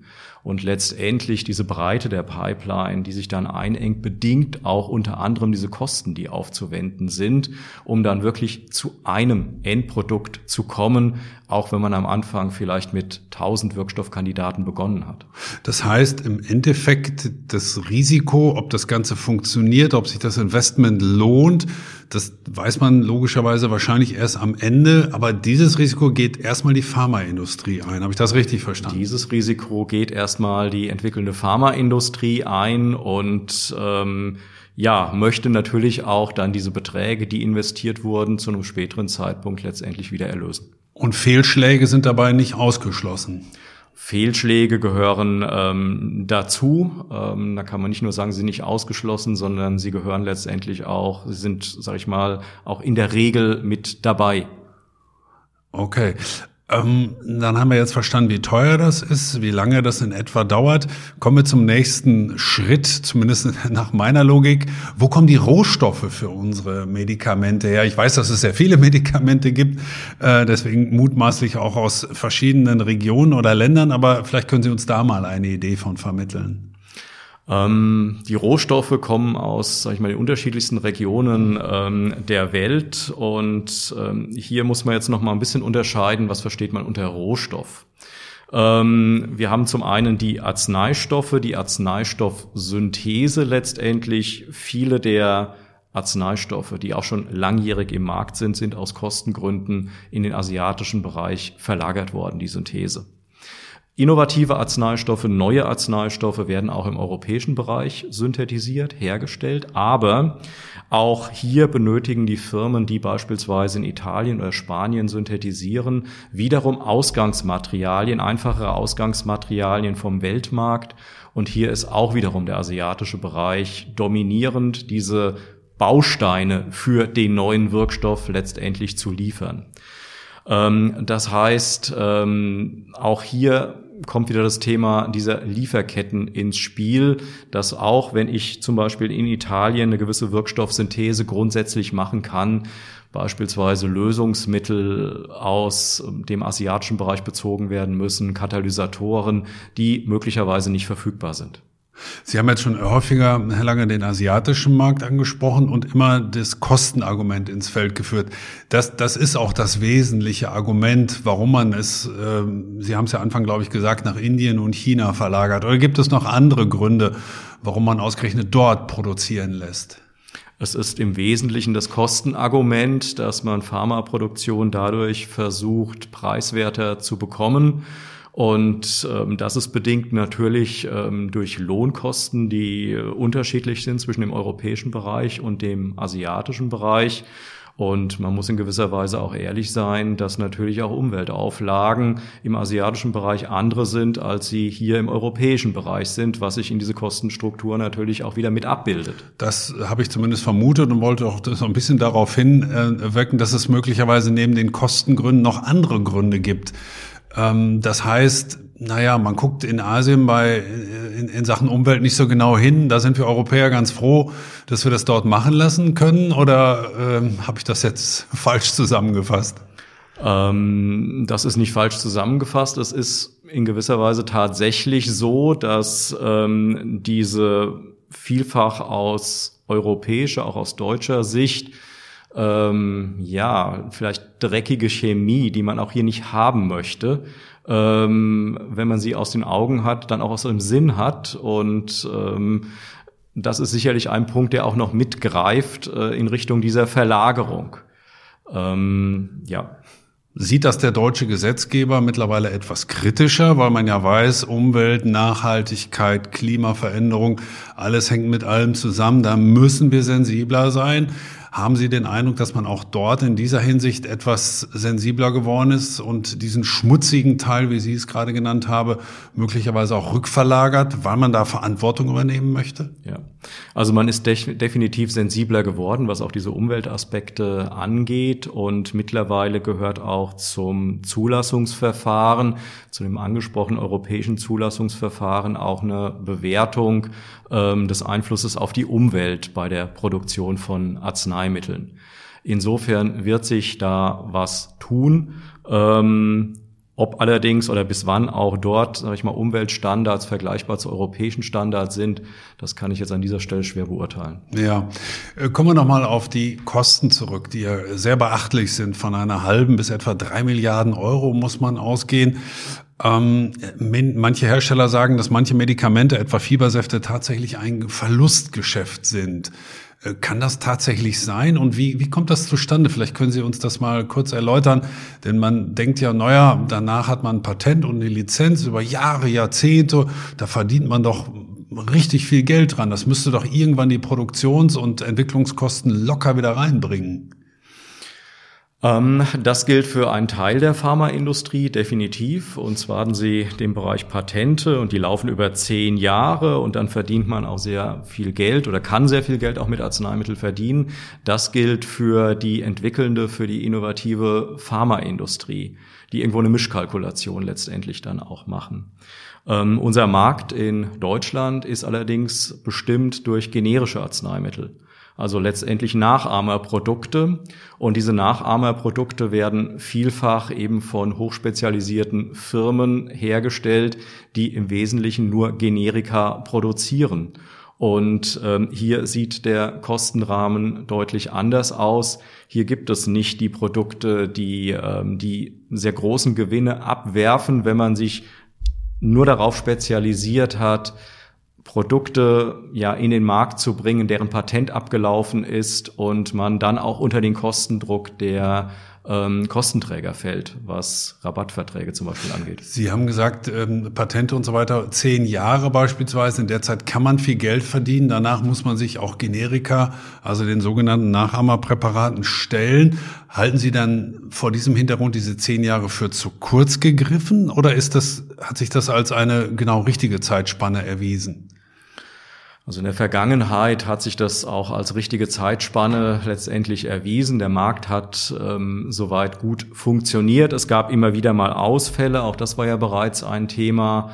Und letztendlich diese Breite der Pipeline, die sich dann einengt, bedingt auch unter anderem diese Kosten, die aufzuwenden sind, um dann wirklich zu einem Endprodukt zu kommen, auch wenn man am Anfang vielleicht mit tausend Wirkstoffkandidaten begonnen hat. Das heißt im Endeffekt das Risiko, ob das Ganze funktioniert, ob sich das Investment lohnt, das weiß man logischerweise wahrscheinlich erst am Ende. Aber dieses Risiko geht erstmal die Pharmaindustrie ein. Habe ich das richtig verstanden? Dieses Risiko geht erstmal die entwickelnde Pharmaindustrie ein und ähm, ja, möchte natürlich auch dann diese Beträge, die investiert wurden, zu einem späteren Zeitpunkt letztendlich wieder erlösen. Und Fehlschläge sind dabei nicht ausgeschlossen? Fehlschläge gehören ähm, dazu. Ähm, da kann man nicht nur sagen, sie sind nicht ausgeschlossen, sondern sie gehören letztendlich auch, sie sind, sag ich mal, auch in der Regel mit dabei. Okay. Ähm, dann haben wir jetzt verstanden, wie teuer das ist, wie lange das in etwa dauert. Kommen wir zum nächsten Schritt, zumindest nach meiner Logik. Wo kommen die Rohstoffe für unsere Medikamente her? Ich weiß, dass es sehr viele Medikamente gibt, äh, deswegen mutmaßlich auch aus verschiedenen Regionen oder Ländern, aber vielleicht können Sie uns da mal eine Idee von vermitteln. Ähm, die Rohstoffe kommen aus, sag ich mal, den unterschiedlichsten Regionen ähm, der Welt und ähm, hier muss man jetzt noch mal ein bisschen unterscheiden, was versteht man unter Rohstoff. Ähm, wir haben zum einen die Arzneistoffe, die Arzneistoffsynthese letztendlich. Viele der Arzneistoffe, die auch schon langjährig im Markt sind, sind aus Kostengründen in den asiatischen Bereich verlagert worden, die Synthese. Innovative Arzneistoffe, neue Arzneistoffe werden auch im europäischen Bereich synthetisiert, hergestellt, aber auch hier benötigen die Firmen, die beispielsweise in Italien oder Spanien synthetisieren, wiederum Ausgangsmaterialien, einfachere Ausgangsmaterialien vom Weltmarkt. Und hier ist auch wiederum der asiatische Bereich dominierend, diese Bausteine für den neuen Wirkstoff letztendlich zu liefern. Das heißt, auch hier kommt wieder das Thema dieser Lieferketten ins Spiel, dass auch wenn ich zum Beispiel in Italien eine gewisse Wirkstoffsynthese grundsätzlich machen kann, beispielsweise Lösungsmittel aus dem asiatischen Bereich bezogen werden müssen, Katalysatoren, die möglicherweise nicht verfügbar sind. Sie haben jetzt schon häufiger, Herr Lange, den asiatischen Markt angesprochen und immer das Kostenargument ins Feld geführt. Das, das ist auch das wesentliche Argument, warum man es, äh, Sie haben es ja Anfang, glaube ich, gesagt, nach Indien und China verlagert. Oder gibt es noch andere Gründe, warum man ausgerechnet dort produzieren lässt? Es ist im Wesentlichen das Kostenargument, dass man Pharmaproduktion dadurch versucht, preiswerter zu bekommen. Und ähm, das ist bedingt natürlich ähm, durch Lohnkosten, die äh, unterschiedlich sind zwischen dem europäischen Bereich und dem asiatischen Bereich. Und man muss in gewisser Weise auch ehrlich sein, dass natürlich auch Umweltauflagen im asiatischen Bereich andere sind, als sie hier im europäischen Bereich sind, was sich in diese Kostenstruktur natürlich auch wieder mit abbildet. Das habe ich zumindest vermutet und wollte auch so ein bisschen darauf hinwirken, dass es möglicherweise neben den Kostengründen noch andere Gründe gibt. Das heißt, naja, man guckt in Asien bei in, in Sachen Umwelt nicht so genau hin. Da sind wir Europäer ganz froh, dass wir das dort machen lassen können. Oder ähm, habe ich das jetzt falsch zusammengefasst? Ähm, das ist nicht falsch zusammengefasst. Es ist in gewisser Weise tatsächlich so, dass ähm, diese vielfach aus europäischer, auch aus deutscher Sicht Ähm, ja, vielleicht dreckige Chemie, die man auch hier nicht haben möchte, ähm, wenn man sie aus den Augen hat, dann auch aus dem Sinn hat. Und ähm, das ist sicherlich ein Punkt, der auch noch mitgreift äh, in Richtung dieser Verlagerung. Ähm, ja. Sieht das der deutsche Gesetzgeber mittlerweile etwas kritischer, weil man ja weiß, Umwelt, Nachhaltigkeit, Klimaveränderung, alles hängt mit allem zusammen, da müssen wir sensibler sein. Haben Sie den Eindruck, dass man auch dort in dieser Hinsicht etwas sensibler geworden ist und diesen schmutzigen Teil, wie Sie es gerade genannt haben, möglicherweise auch rückverlagert, weil man da Verantwortung übernehmen möchte? Ja, also man ist de- definitiv sensibler geworden, was auch diese Umweltaspekte angeht, und mittlerweile gehört auch zum Zulassungsverfahren, zu dem angesprochenen europäischen Zulassungsverfahren auch eine Bewertung ähm, des Einflusses auf die Umwelt bei der Produktion von Arzneimitteln. Insofern wird sich da was tun. Ähm, Ob allerdings oder bis wann auch dort, sage ich mal, Umweltstandards vergleichbar zu europäischen Standards sind, das kann ich jetzt an dieser Stelle schwer beurteilen. Ja, kommen wir nochmal auf die Kosten zurück, die ja sehr beachtlich sind. Von einer halben bis etwa drei Milliarden Euro muss man ausgehen. Ähm, manche Hersteller sagen, dass manche Medikamente, etwa Fiebersäfte, tatsächlich ein Verlustgeschäft sind. Kann das tatsächlich sein? Und wie, wie kommt das zustande? Vielleicht können Sie uns das mal kurz erläutern. Denn man denkt ja, naja, danach hat man ein Patent und eine Lizenz über Jahre, Jahrzehnte. Da verdient man doch richtig viel Geld dran. Das müsste doch irgendwann die Produktions- und Entwicklungskosten locker wieder reinbringen. Das gilt für einen Teil der Pharmaindustrie definitiv. Und zwar haben sie den Bereich Patente und die laufen über zehn Jahre und dann verdient man auch sehr viel Geld oder kann sehr viel Geld auch mit Arzneimitteln verdienen. Das gilt für die entwickelnde, für die innovative Pharmaindustrie, die irgendwo eine Mischkalkulation letztendlich dann auch machen. Ähm, unser Markt in Deutschland ist allerdings bestimmt durch generische Arzneimittel. Also letztendlich Nachahmerprodukte. Und diese Nachahmerprodukte werden vielfach eben von hochspezialisierten Firmen hergestellt, die im Wesentlichen nur Generika produzieren. Und ähm, hier sieht der Kostenrahmen deutlich anders aus. Hier gibt es nicht die Produkte, die ähm, die sehr großen Gewinne abwerfen, wenn man sich nur darauf spezialisiert hat, Produkte ja in den Markt zu bringen, deren Patent abgelaufen ist und man dann auch unter den Kostendruck der ähm, Kostenträger fällt, was Rabattverträge zum Beispiel angeht. Sie haben gesagt, ähm, Patente und so weiter, zehn Jahre beispielsweise. In der Zeit kann man viel Geld verdienen. Danach muss man sich auch Generika, also den sogenannten Nachahmerpräparaten, stellen. Halten Sie dann vor diesem Hintergrund diese zehn Jahre für zu kurz gegriffen? Oder ist das, hat sich das als eine genau richtige Zeitspanne erwiesen? Also in der Vergangenheit hat sich das auch als richtige Zeitspanne letztendlich erwiesen. Der Markt hat ähm, soweit gut funktioniert. Es gab immer wieder mal Ausfälle, auch das war ja bereits ein Thema.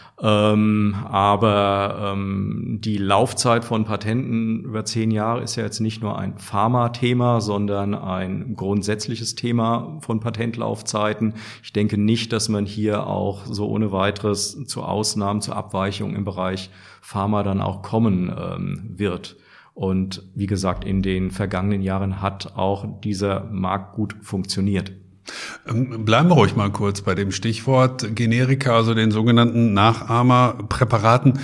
Ähm, aber ähm, die Laufzeit von Patenten über zehn Jahre ist ja jetzt nicht nur ein Pharma-Thema, sondern ein grundsätzliches Thema von Patentlaufzeiten. Ich denke nicht, dass man hier auch so ohne weiteres zu Ausnahmen, zu Abweichungen im Bereich Pharma dann auch kommen ähm, wird. Und wie gesagt, in den vergangenen Jahren hat auch dieser Markt gut funktioniert. Bleiben wir ruhig mal kurz bei dem Stichwort Generika, also den sogenannten Nachahmerpräparaten.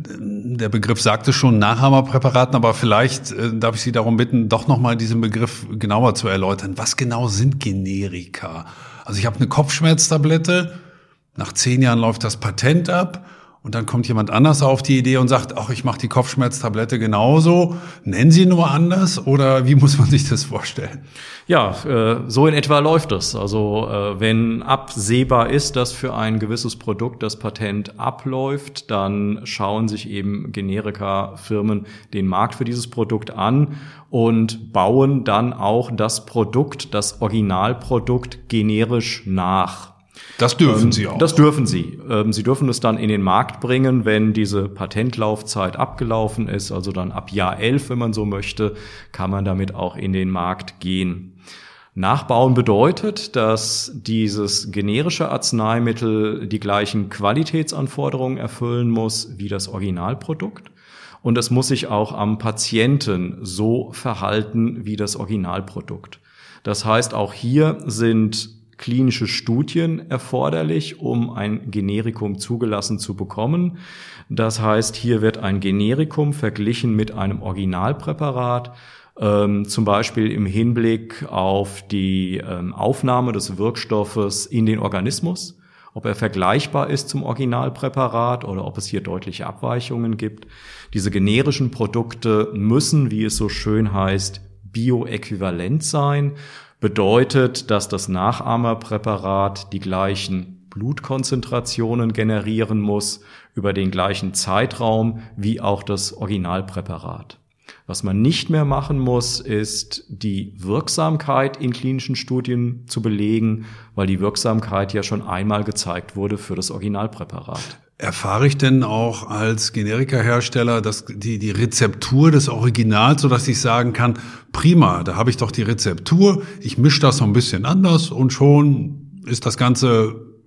Der Begriff sagte schon Nachahmerpräparaten, aber vielleicht äh, darf ich Sie darum bitten, doch nochmal diesen Begriff genauer zu erläutern. Was genau sind Generika? Also ich habe eine Kopfschmerztablette, nach zehn Jahren läuft das Patent ab. Und dann kommt jemand anders auf die Idee und sagt, ach, ich mache die Kopfschmerztablette genauso. Nennen Sie nur anders oder wie muss man sich das vorstellen? Ja, äh, so in etwa läuft es. Also äh, wenn absehbar ist, dass für ein gewisses Produkt das Patent abläuft, dann schauen sich eben Generika-Firmen den Markt für dieses Produkt an und bauen dann auch das Produkt, das Originalprodukt generisch nach. Das dürfen Sie auch. Das dürfen Sie. Sie dürfen es dann in den Markt bringen, wenn diese Patentlaufzeit abgelaufen ist, also dann ab Jahr elf, wenn man so möchte, kann man damit auch in den Markt gehen. Nachbauen bedeutet, dass dieses generische Arzneimittel die gleichen Qualitätsanforderungen erfüllen muss wie das Originalprodukt. Und es muss sich auch am Patienten so verhalten wie das Originalprodukt. Das heißt, auch hier sind klinische Studien erforderlich, um ein Generikum zugelassen zu bekommen. Das heißt, hier wird ein Generikum verglichen mit einem Originalpräparat, ähm, zum Beispiel im Hinblick auf die ähm, Aufnahme des Wirkstoffes in den Organismus, ob er vergleichbar ist zum Originalpräparat oder ob es hier deutliche Abweichungen gibt. Diese generischen Produkte müssen, wie es so schön heißt, bioäquivalent sein. Bedeutet, dass das Nachahmerpräparat die gleichen Blutkonzentrationen generieren muss über den gleichen Zeitraum wie auch das Originalpräparat. Was man nicht mehr machen muss, ist die Wirksamkeit in klinischen Studien zu belegen, weil die Wirksamkeit ja schon einmal gezeigt wurde für das Originalpräparat. Erfahre ich denn auch als Generikahersteller dass die, die Rezeptur des Originals, sodass ich sagen kann, prima, da habe ich doch die Rezeptur, ich mische das so ein bisschen anders und schon ist das Ganze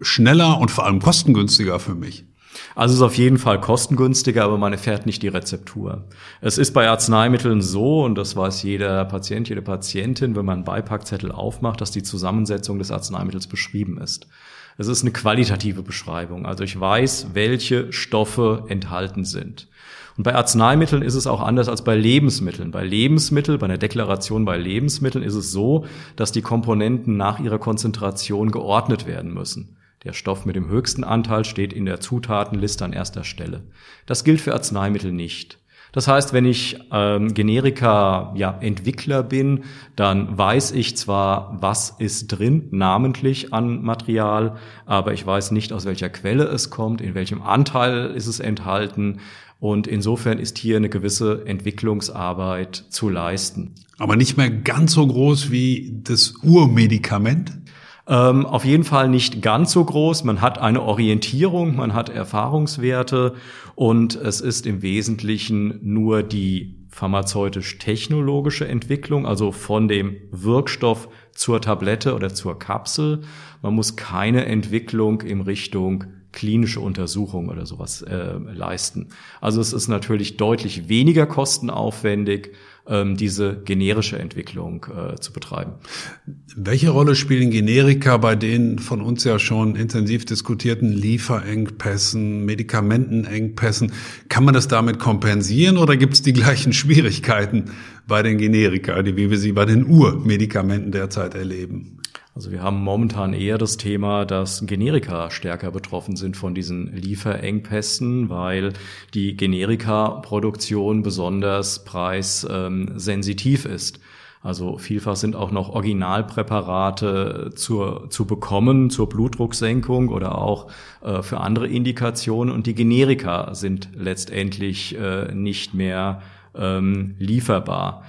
schneller und vor allem kostengünstiger für mich. Also es ist auf jeden Fall kostengünstiger, aber man erfährt nicht die Rezeptur. Es ist bei Arzneimitteln so, und das weiß jeder Patient, jede Patientin, wenn man einen Beipackzettel aufmacht, dass die Zusammensetzung des Arzneimittels beschrieben ist. Es ist eine qualitative Beschreibung. Also ich weiß, welche Stoffe enthalten sind. Und bei Arzneimitteln ist es auch anders als bei Lebensmitteln. Bei Lebensmitteln, bei einer Deklaration bei Lebensmitteln ist es so, dass die Komponenten nach ihrer Konzentration geordnet werden müssen. Der Stoff mit dem höchsten Anteil steht in der Zutatenliste an erster Stelle. Das gilt für Arzneimittel nicht. Das heißt, wenn ich ähm, Generika ja, Entwickler bin, dann weiß ich zwar, was ist drin, namentlich an Material, aber ich weiß nicht, aus welcher Quelle es kommt, in welchem Anteil ist es enthalten. Und insofern ist hier eine gewisse Entwicklungsarbeit zu leisten. Aber nicht mehr ganz so groß wie das Urmedikament? Ähm, auf jeden Fall nicht ganz so groß. Man hat eine Orientierung, man hat Erfahrungswerte und es ist im Wesentlichen nur die pharmazeutisch-technologische Entwicklung, also von dem Wirkstoff zur Tablette oder zur Kapsel. Man muss keine Entwicklung in Richtung klinische Untersuchung oder sowas äh, leisten. Also es ist natürlich deutlich weniger kostenaufwendig, ähm, diese generische Entwicklung äh, zu betreiben. Welche Rolle spielen Generika bei den von uns ja schon intensiv diskutierten Lieferengpässen, Medikamentenengpässen? Kann man das damit kompensieren oder gibt es die gleichen Schwierigkeiten bei den Generika, die wie wir sie bei den Urmedikamenten derzeit erleben? Also wir haben momentan eher das Thema, dass Generika stärker betroffen sind von diesen Lieferengpässen, weil die Generika-Produktion besonders preissensitiv ist. Also vielfach sind auch noch Originalpräparate zur, zu bekommen zur Blutdrucksenkung oder auch äh, für andere Indikationen. Und die Generika sind letztendlich äh, nicht mehr ähm, lieferbar.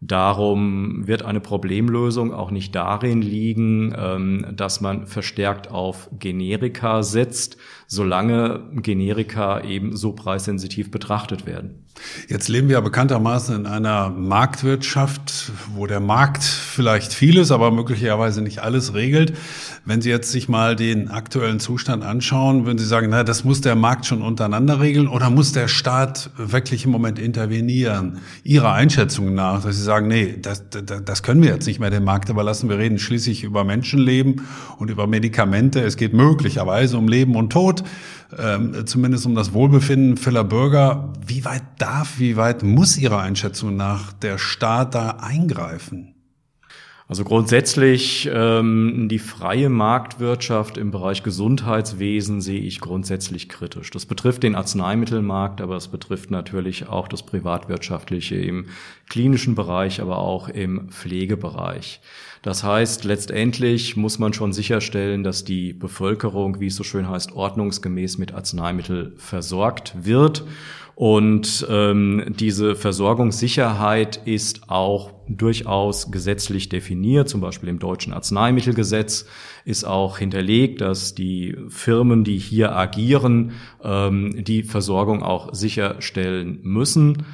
Darum wird eine Problemlösung auch nicht darin liegen, dass man verstärkt auf Generika setzt, solange Generika eben so preissensitiv betrachtet werden. Jetzt leben wir ja bekanntermaßen in einer Marktwirtschaft, wo der Markt vielleicht vieles, aber möglicherweise nicht alles regelt. Wenn Sie jetzt sich mal den aktuellen Zustand anschauen, würden Sie sagen, na, das muss der Markt schon untereinander regeln oder muss der Staat wirklich im Moment intervenieren? Ihrer Einschätzung nach, dass Sie sagen, nee, das, das, das können wir jetzt nicht mehr dem Markt überlassen. Wir reden schließlich über Menschenleben und über Medikamente. Es geht möglicherweise um Leben und Tod, ähm, zumindest um das Wohlbefinden vieler Bürger. Wie weit darf, wie weit muss Ihrer Einschätzung nach der Staat da eingreifen? Also grundsätzlich ähm, die freie Marktwirtschaft im Bereich Gesundheitswesen sehe ich grundsätzlich kritisch. Das betrifft den Arzneimittelmarkt, aber es betrifft natürlich auch das Privatwirtschaftliche im klinischen Bereich, aber auch im Pflegebereich. Das heißt, letztendlich muss man schon sicherstellen, dass die Bevölkerung, wie es so schön heißt, ordnungsgemäß mit Arzneimitteln versorgt wird. Und ähm, diese Versorgungssicherheit ist auch durchaus gesetzlich definiert. Zum Beispiel im deutschen Arzneimittelgesetz ist auch hinterlegt, dass die Firmen, die hier agieren, ähm, die Versorgung auch sicherstellen müssen.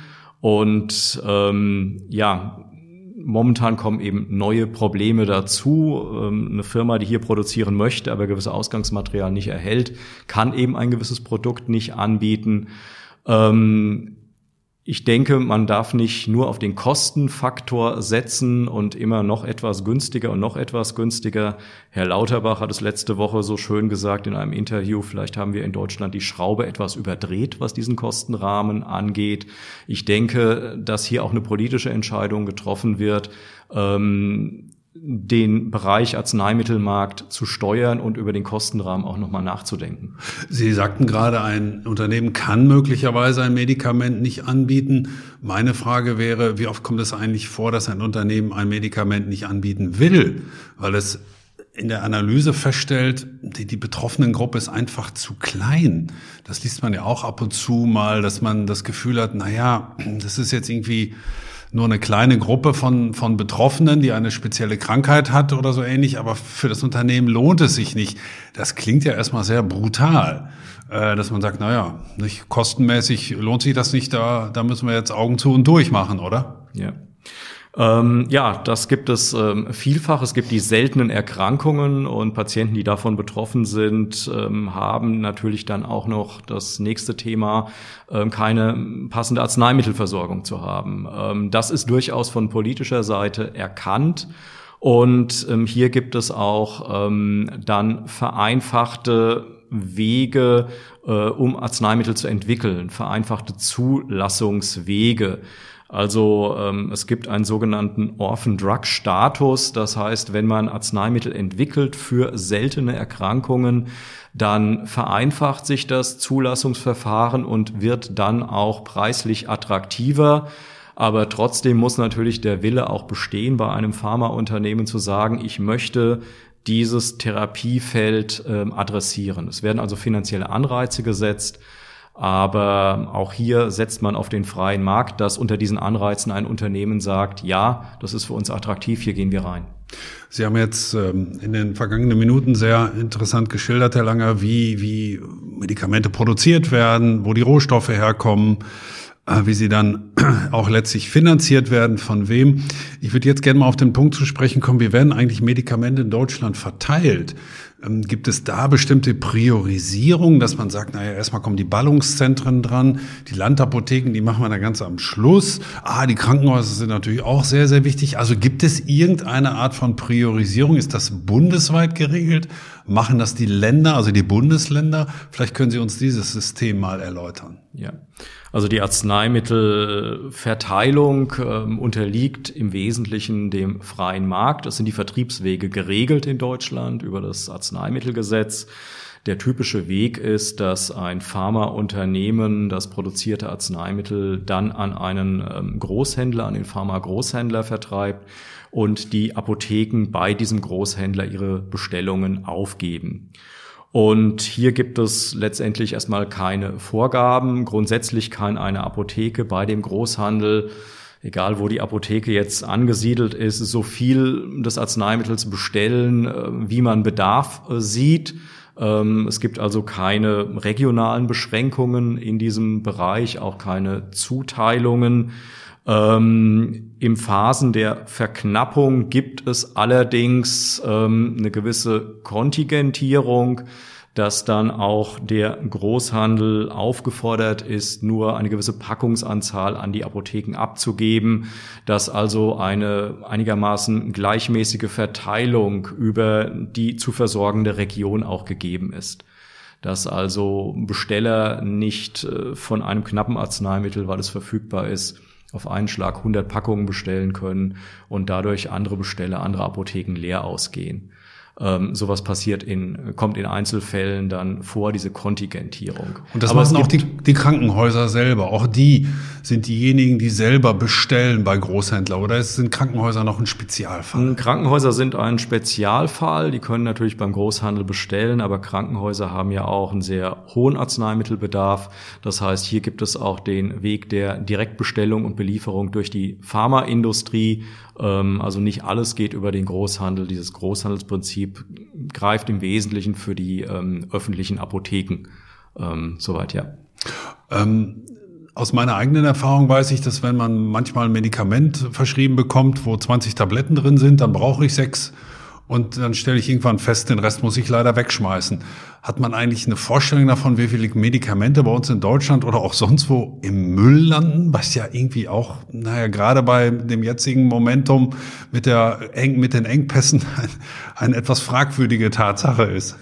Und ähm, ja, momentan kommen eben neue Probleme dazu. Eine Firma, die hier produzieren möchte, aber gewisse Ausgangsmaterial nicht erhält, kann eben ein gewisses Produkt nicht anbieten. Ich denke, man darf nicht nur auf den Kostenfaktor setzen und immer noch etwas günstiger und noch etwas günstiger. Herr Lauterbach hat es letzte Woche so schön gesagt in einem Interview, vielleicht haben wir in Deutschland die Schraube etwas überdreht, was diesen Kostenrahmen angeht. Ich denke, dass hier auch eine politische Entscheidung getroffen wird, ähm, den Bereich Arzneimittelmarkt zu steuern und über den Kostenrahmen auch nochmal nachzudenken. Sie sagten gerade, ein Unternehmen kann möglicherweise ein Medikament nicht anbieten. Meine Frage wäre, wie oft kommt es eigentlich vor, dass ein Unternehmen ein Medikament nicht anbieten will, weil es in der Analyse feststellt, die, die betroffenen Gruppe ist einfach zu klein. Das liest man ja auch ab und zu mal, dass man das Gefühl hat, na ja, das ist jetzt irgendwie nur eine kleine Gruppe von von Betroffenen, die eine spezielle Krankheit hat oder so ähnlich, aber für das Unternehmen lohnt es sich nicht. Das klingt ja erstmal sehr brutal, äh, dass man sagt, naja, nicht kostenmäßig lohnt sich das nicht, da da müssen wir jetzt Augen zu und durch machen, oder? Ja. Ähm, ja, das gibt es ähm, vielfach. Es gibt die seltenen Erkrankungen und Patienten, die davon betroffen sind, ähm, haben natürlich dann auch noch das nächste Thema, ähm, keine passende Arzneimittelversorgung zu haben. Ähm, das ist durchaus von politischer Seite erkannt. Und ähm, hier gibt es auch ähm, dann vereinfachte Wege, äh, um Arzneimittel zu entwickeln, vereinfachte Zulassungswege. Also ähm, es gibt einen sogenannten Orphan-Drug-Status. Das heißt, wenn man Arzneimittel entwickelt für seltene Erkrankungen, dann vereinfacht sich das Zulassungsverfahren und wird dann auch preislich attraktiver. Aber trotzdem muss natürlich der Wille auch bestehen, bei einem Pharmaunternehmen zu sagen, ich möchte dieses Therapiefeld ähm, adressieren. Es werden also finanzielle Anreize gesetzt. Aber auch hier setzt man auf den freien Markt, dass unter diesen Anreizen ein Unternehmen sagt, ja, das ist für uns attraktiv, hier gehen wir rein. Sie haben jetzt ähm, in den vergangenen Minuten sehr interessant geschildert, Herr Langer, wie, wie Medikamente produziert werden, wo die Rohstoffe herkommen, äh, wie sie dann auch letztlich finanziert werden, von wem. Ich würde jetzt gerne mal auf den Punkt zu sprechen kommen, wie werden eigentlich Medikamente in Deutschland verteilt? Gibt es da bestimmte Priorisierung, dass man sagt, naja, erstmal kommen die Ballungszentren dran, die Landapotheken, die machen wir dann ganz am Schluss. Ah, die Krankenhäuser sind natürlich auch sehr, sehr wichtig. Also gibt es irgendeine Art von Priorisierung? Ist das bundesweit geregelt? Machen das die Länder, also die Bundesländer? Vielleicht können Sie uns dieses System mal erläutern. Ja, also die Arzneimittelverteilung äh, unterliegt im Wesentlichen dem freien Markt. Es sind die Vertriebswege geregelt in Deutschland über das Arzneimittelgesetz. Der typische Weg ist, dass ein Pharmaunternehmen das produzierte Arzneimittel dann an einen ähm, Großhändler, an den Pharma-Großhändler vertreibt und die Apotheken bei diesem Großhändler ihre Bestellungen aufgeben. Und hier gibt es letztendlich erstmal keine Vorgaben. Grundsätzlich kann eine Apotheke bei dem Großhandel, egal wo die Apotheke jetzt angesiedelt ist, so viel des Arzneimittels bestellen, wie man Bedarf sieht. Es gibt also keine regionalen Beschränkungen in diesem Bereich, auch keine Zuteilungen. Ähm, im Phasen der Verknappung gibt es allerdings ähm, eine gewisse Kontingentierung, dass dann auch der Großhandel aufgefordert ist, nur eine gewisse Packungsanzahl an die Apotheken abzugeben, dass also eine einigermaßen gleichmäßige Verteilung über die zu versorgende Region auch gegeben ist. Dass also Besteller nicht äh, von einem knappen Arzneimittel, weil es verfügbar ist, auf einen Schlag hundert Packungen bestellen können und dadurch andere Besteller, andere Apotheken leer ausgehen. Ähm, sowas passiert in, kommt in Einzelfällen dann vor, diese Kontingentierung. Und das Aber machen auch die, die Krankenhäuser selber. Auch die sind diejenigen, die selber bestellen bei Großhändlern. Oder sind Krankenhäuser noch ein Spezialfall? Krankenhäuser sind ein Spezialfall. Die können natürlich beim Großhandel bestellen, aber Krankenhäuser haben ja auch einen sehr hohen Arzneimittelbedarf. Das heißt, hier gibt es auch den Weg der Direktbestellung und Belieferung durch die Pharmaindustrie. Also nicht alles geht über den Großhandel. Dieses Großhandelsprinzip greift im Wesentlichen für die ähm, öffentlichen Apotheken. Ähm, soweit, ja. Ähm, aus meiner eigenen Erfahrung weiß ich, dass wenn man manchmal ein Medikament verschrieben bekommt, wo zwanzig Tabletten drin sind, dann brauche ich sechs. Und dann stelle ich irgendwann fest, den Rest muss ich leider wegschmeißen. Hat man eigentlich eine Vorstellung davon, wie viele Medikamente bei uns in Deutschland oder auch sonst wo im Müll landen? Was ja irgendwie auch, naja, gerade bei dem jetzigen Momentum mit der Eng, mit den Engpässen ein, eine etwas fragwürdige Tatsache ist.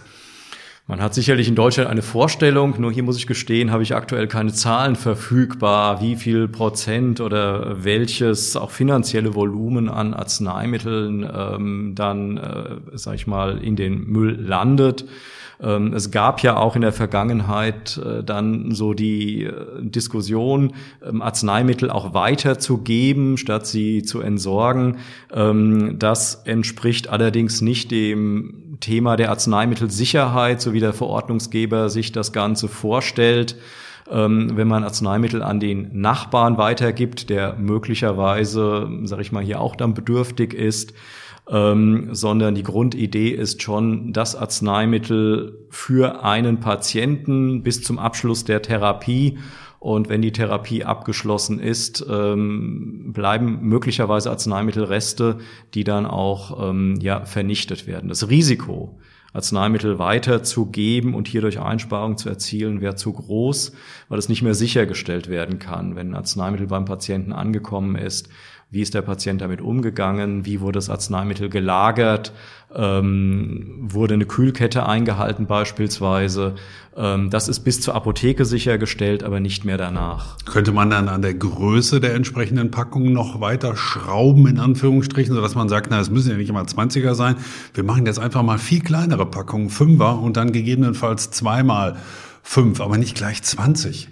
Man hat sicherlich in Deutschland eine Vorstellung, nur hier muss ich gestehen, habe ich aktuell keine Zahlen verfügbar, wie viel Prozent oder welches auch finanzielle Volumen an Arzneimitteln ähm, dann, äh, sag ich mal, in den Müll landet. Ähm, es gab ja auch in der Vergangenheit äh, dann so die äh, Diskussion, ähm, Arzneimittel auch weiterzugeben, statt sie zu entsorgen. Ähm, das entspricht allerdings nicht dem Thema der Arzneimittelsicherheit, so wie der Verordnungsgeber sich das Ganze vorstellt. Ähm, wenn man Arzneimittel an den Nachbarn weitergibt, der möglicherweise, sage ich mal, hier auch dann bedürftig ist, ähm, sondern die Grundidee ist schon, das Arzneimittel für einen Patienten bis zum Abschluss der Therapie Und wenn die Therapie abgeschlossen ist, ähm, bleiben möglicherweise Arzneimittelreste, die dann auch ähm, ja vernichtet werden. Das Risiko, Arzneimittel weiterzugeben und hierdurch Einsparungen zu erzielen, wäre zu groß, weil es nicht mehr sichergestellt werden kann, wenn ein Arzneimittel beim Patienten angekommen ist. Wie ist der Patient damit umgegangen? Wie wurde das Arzneimittel gelagert? Ähm, wurde eine Kühlkette eingehalten beispielsweise? Ähm, das ist bis zur Apotheke sichergestellt, aber nicht mehr danach. Könnte man dann an der Größe der entsprechenden Packungen noch weiter schrauben, in Anführungsstrichen, sodass man sagt, na, es müssen ja nicht immer zwanziger sein. Wir machen jetzt einfach mal viel kleinere Packungen, Fünfer und dann gegebenenfalls zweimal fünf, aber nicht gleich zwanzig.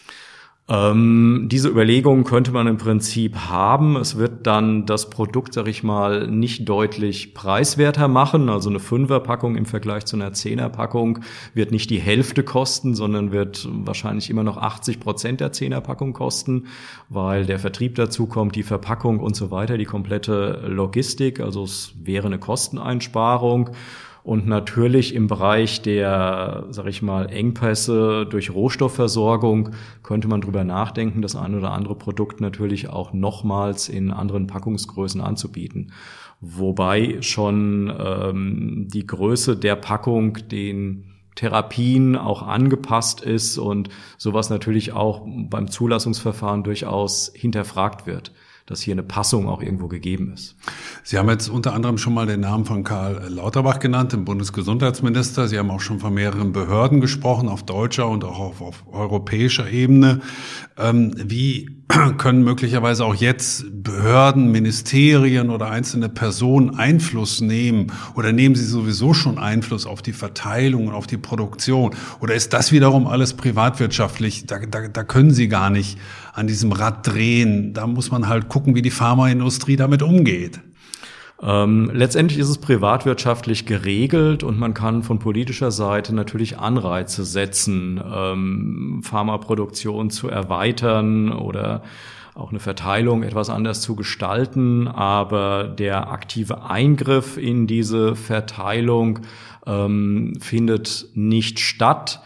Ähm, diese Überlegungen könnte man im Prinzip haben. Es wird dann das Produkt, sag ich mal, nicht deutlich preiswerter machen. Also eine Fünferpackung im Vergleich zu einer Zehnerpackung wird nicht die Hälfte kosten, sondern wird wahrscheinlich immer noch achtzig Prozent der Zehnerpackung kosten, weil der Vertrieb dazu kommt, die Verpackung und so weiter, die komplette Logistik. Also es wäre eine Kosteneinsparung. Und natürlich im Bereich der, sag ich mal, Engpässe durch Rohstoffversorgung könnte man drüber nachdenken, das ein oder andere Produkt natürlich auch nochmals in anderen Packungsgrößen anzubieten. Wobei schon ähm, die Größe der Packung den Therapien auch angepasst ist und sowas natürlich auch beim Zulassungsverfahren durchaus hinterfragt wird, dass hier eine Passung auch irgendwo gegeben ist. Sie haben jetzt unter anderem schon mal den Namen von Karl Lauterbach genannt, dem Bundesgesundheitsminister. Sie haben auch schon von mehreren Behörden gesprochen, auf deutscher und auch auf, auf europäischer Ebene. Ähm, wie können möglicherweise auch jetzt Behörden, Ministerien oder einzelne Personen Einfluss nehmen? Oder nehmen sie sowieso schon Einfluss auf die Verteilung und auf die Produktion? Oder ist das wiederum alles privatwirtschaftlich? Da, da, da können sie gar nicht an diesem Rad drehen. Da muss man halt gucken, wie die Pharmaindustrie damit umgeht. Ähm, letztendlich ist es privatwirtschaftlich geregelt und man kann von politischer Seite natürlich Anreize setzen, ähm, Pharmaproduktion zu erweitern oder auch eine Verteilung etwas anders zu gestalten. Aber der aktive Eingriff in diese Verteilung ähm, findet nicht statt.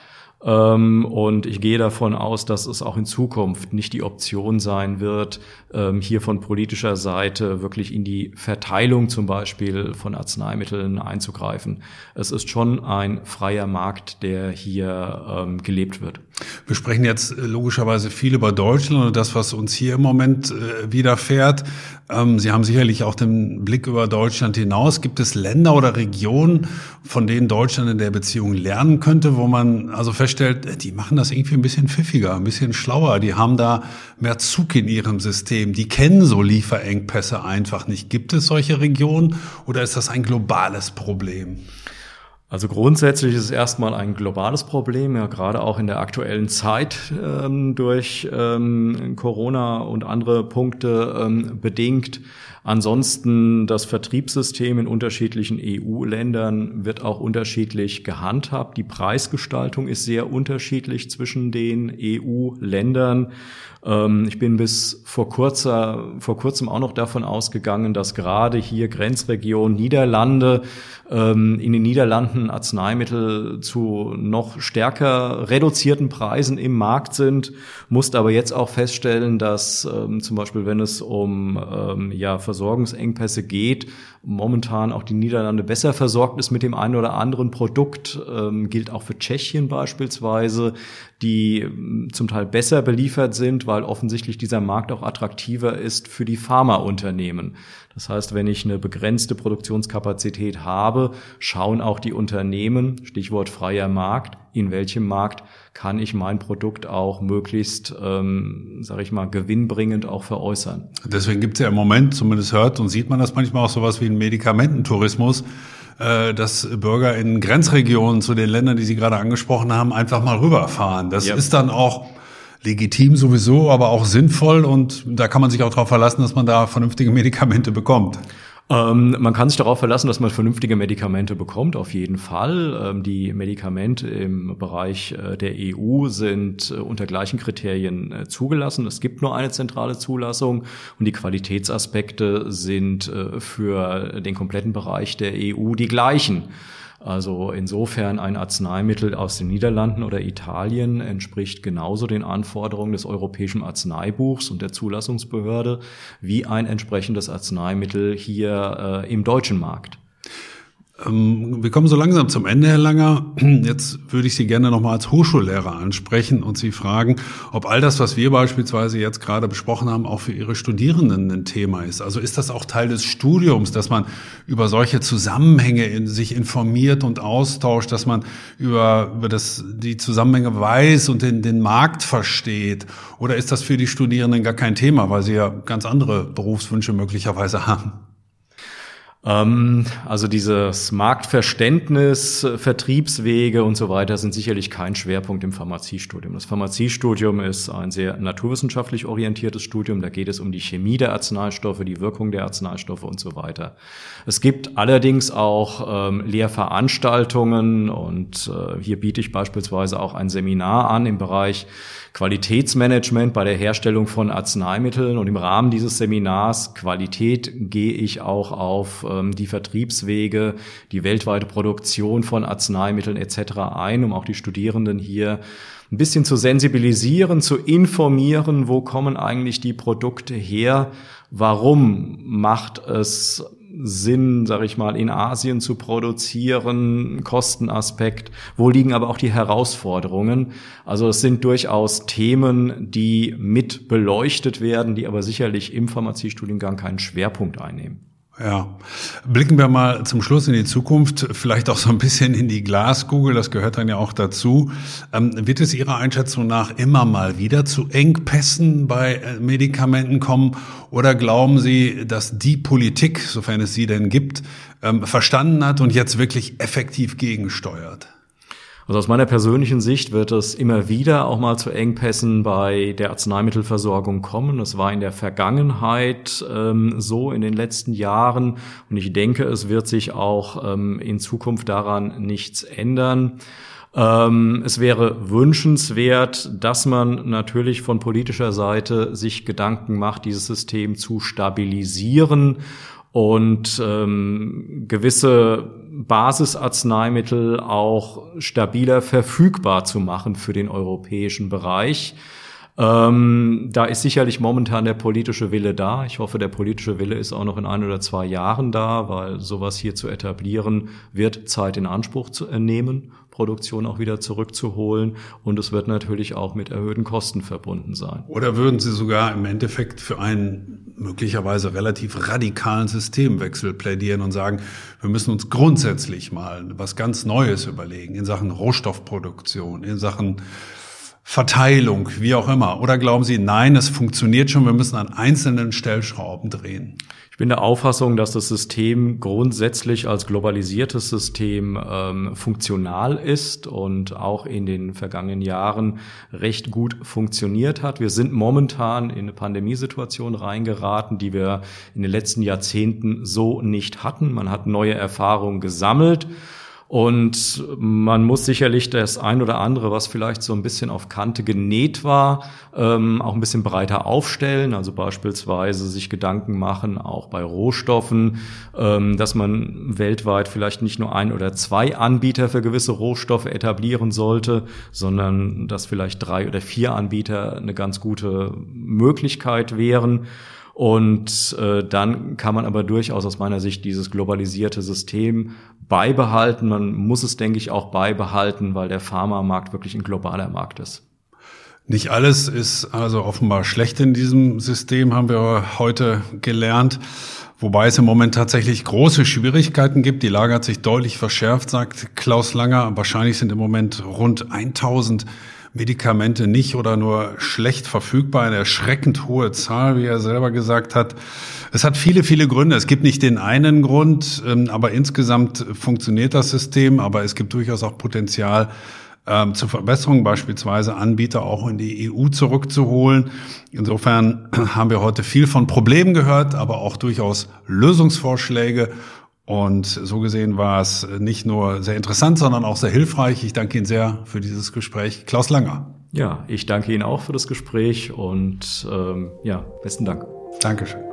Und ich gehe davon aus, dass es auch in Zukunft nicht die Option sein wird, hier von politischer Seite wirklich in die Verteilung zum Beispiel von Arzneimitteln einzugreifen. Es ist schon ein freier Markt, der hier gelebt wird. Wir sprechen jetzt logischerweise viel über Deutschland und das, was uns hier im Moment widerfährt. Sie haben sicherlich auch den Blick über Deutschland hinaus. Gibt es Länder oder Regionen, von denen Deutschland in der Beziehung lernen könnte, wo man also feststellt, die machen das irgendwie ein bisschen pfiffiger, ein bisschen schlauer, die haben da mehr Zug in ihrem System, die kennen so Lieferengpässe einfach nicht. Gibt es solche Regionen oder ist das ein globales Problem? Also grundsätzlich ist es erstmal ein globales Problem, ja gerade auch in der aktuellen Zeit ähm, durch ähm, Corona und andere Punkte ähm, bedingt. Ansonsten das Vertriebssystem in unterschiedlichen E U-Ländern wird auch unterschiedlich gehandhabt. Die Preisgestaltung ist sehr unterschiedlich zwischen den E U-Ländern. Ähm, ich bin bis vor kurzer, vor kurzem auch noch davon ausgegangen, dass gerade hier Grenzregion Niederlande, ähm, in den Niederlanden Arzneimittel zu noch stärker reduzierten Preisen im Markt sind, musste aber jetzt auch feststellen, dass ähm, zum Beispiel, wenn es um ähm, ja Versorgungsengpässe geht, momentan auch die Niederlande besser versorgt ist mit dem einen oder anderen Produkt, ähm, gilt auch für Tschechien beispielsweise, die ähm, zum Teil besser beliefert sind, weil offensichtlich dieser Markt auch attraktiver ist für die Pharmaunternehmen. Das heißt, wenn ich eine begrenzte Produktionskapazität habe, schauen auch die Unternehmen, Stichwort freier Markt, in welchem Markt kann ich mein Produkt auch möglichst, ähm, sage ich mal, gewinnbringend auch veräußern. Deswegen gibt es ja im Moment, zumindest hört und sieht man das manchmal auch sowas wie einen Medikamententourismus, äh, dass Bürger in Grenzregionen zu den Ländern, die Sie gerade angesprochen haben, einfach mal rüberfahren. Das ja. ist dann auch legitim sowieso, aber auch sinnvoll und da kann man sich auch darauf verlassen, dass man da vernünftige Medikamente bekommt. Ähm, man kann sich darauf verlassen, dass man vernünftige Medikamente bekommt, auf jeden Fall. Ähm, die Medikamente im Bereich äh, der E U sind äh, unter gleichen Kriterien äh, zugelassen. Es gibt nur eine zentrale Zulassung und die Qualitätsaspekte sind äh, für den kompletten Bereich der E U die gleichen. Also insofern ein Arzneimittel aus den Niederlanden oder Italien entspricht genauso den Anforderungen des Europäischen Arzneibuchs und der Zulassungsbehörde wie ein entsprechendes Arzneimittel hier äh, im deutschen Markt. Wir kommen so langsam zum Ende, Herr Langer. Jetzt würde ich Sie gerne nochmal als Hochschullehrer ansprechen und Sie fragen, ob all das, was wir beispielsweise jetzt gerade besprochen haben, auch für Ihre Studierenden ein Thema ist. Also ist das auch Teil des Studiums, dass man über solche Zusammenhänge in, sich informiert und austauscht, dass man über, über das, die Zusammenhänge weiß und den, den Markt versteht? Oder ist das für die Studierenden gar kein Thema, weil sie ja ganz andere Berufswünsche möglicherweise haben? Also dieses Marktverständnis, Vertriebswege und so weiter sind sicherlich kein Schwerpunkt im Pharmaziestudium. Das Pharmaziestudium ist ein sehr naturwissenschaftlich orientiertes Studium. Da geht es um die Chemie der Arzneistoffe, die Wirkung der Arzneistoffe und so weiter. Es gibt allerdings auch ähm, Lehrveranstaltungen und äh, hier biete ich beispielsweise auch ein Seminar an im Bereich Qualitätsmanagement bei der Herstellung von Arzneimitteln, und im Rahmen dieses Seminars Qualität gehe ich auch auf ähm, die Vertriebswege, die weltweite Produktion von Arzneimitteln et cetera ein, um auch die Studierenden hier ein bisschen zu sensibilisieren, zu informieren, wo kommen eigentlich die Produkte her, warum macht es Sinn, sage ich mal, in Asien zu produzieren, Kostenaspekt, wo liegen aber auch die Herausforderungen. Also es sind durchaus Themen, die mit beleuchtet werden, die aber sicherlich im Pharmaziestudiengang keinen Schwerpunkt einnehmen. Ja, blicken wir mal zum Schluss in die Zukunft, vielleicht auch so ein bisschen in die Glaskugel, das gehört dann ja auch dazu. Ähm, wird es Ihrer Einschätzung nach immer mal wieder zu Engpässen bei Medikamenten kommen, oder glauben Sie, dass die Politik, sofern es sie denn gibt, ähm, verstanden hat und jetzt wirklich effektiv gegensteuert? Also aus meiner persönlichen Sicht wird es immer wieder auch mal zu Engpässen bei der Arzneimittelversorgung kommen. Das war in der Vergangenheit ähm, so in den letzten Jahren, und ich denke, es wird sich auch ähm, in Zukunft daran nichts ändern. Ähm, es wäre wünschenswert, dass man natürlich von politischer Seite sich Gedanken macht, dieses System zu stabilisieren und ähm, gewisse Basisarzneimittel auch stabiler verfügbar zu machen für den europäischen Bereich. Ähm, da ist sicherlich momentan der politische Wille da. Ich hoffe, der politische Wille ist auch noch in ein oder zwei Jahren da, weil sowas hier zu etablieren wird Zeit in Anspruch zu nehmen, Produktion auch wieder zurückzuholen, und es wird natürlich auch mit erhöhten Kosten verbunden sein. Oder würden Sie sogar im Endeffekt für einen möglicherweise relativ radikalen Systemwechsel plädieren und sagen, wir müssen uns grundsätzlich mal was ganz Neues überlegen in Sachen Rohstoffproduktion, in Sachen Verteilung, wie auch immer? Oder glauben Sie, nein, es funktioniert schon, wir müssen an einzelnen Stellschrauben drehen? Ich bin der Auffassung, dass das System grundsätzlich als globalisiertes System ähm, funktional ist und auch in den vergangenen Jahren recht gut funktioniert hat. Wir sind momentan in eine Pandemiesituation reingeraten, die wir in den letzten Jahrzehnten so nicht hatten. Man hat neue Erfahrungen gesammelt. Und man muss sicherlich das ein oder andere, was vielleicht so ein bisschen auf Kante genäht war, ähm, auch ein bisschen breiter aufstellen. Also beispielsweise sich Gedanken machen, auch bei Rohstoffen, ähm, dass man weltweit vielleicht nicht nur ein oder zwei Anbieter für gewisse Rohstoffe etablieren sollte, sondern dass vielleicht drei oder vier Anbieter eine ganz gute Möglichkeit wären. Und äh, dann kann man aber durchaus aus meiner Sicht dieses globalisierte System beibehalten. Man muss es, denke ich, auch beibehalten, weil der Pharmamarkt wirklich ein globaler Markt ist. Nicht alles ist also offenbar schlecht in diesem System, haben wir heute gelernt. Wobei es im Moment tatsächlich große Schwierigkeiten gibt. Die Lage hat sich deutlich verschärft, sagt Klaus Langer. Wahrscheinlich sind im Moment rund tausend Medikamente nicht oder nur schlecht verfügbar, eine erschreckend hohe Zahl, wie er selber gesagt hat. Es hat viele, viele Gründe. Es gibt nicht den einen Grund, aber insgesamt funktioniert das System. Aber es gibt durchaus auch Potenzial ähm, zur Verbesserung, beispielsweise Anbieter auch in die E U zurückzuholen. Insofern haben wir heute viel von Problemen gehört, aber auch durchaus Lösungsvorschläge. Und so gesehen war es nicht nur sehr interessant, sondern auch sehr hilfreich. Ich danke Ihnen sehr für dieses Gespräch. Klaus Langer. Ja, ich danke Ihnen auch für das Gespräch und ähm, ja, besten Dank. Dankeschön.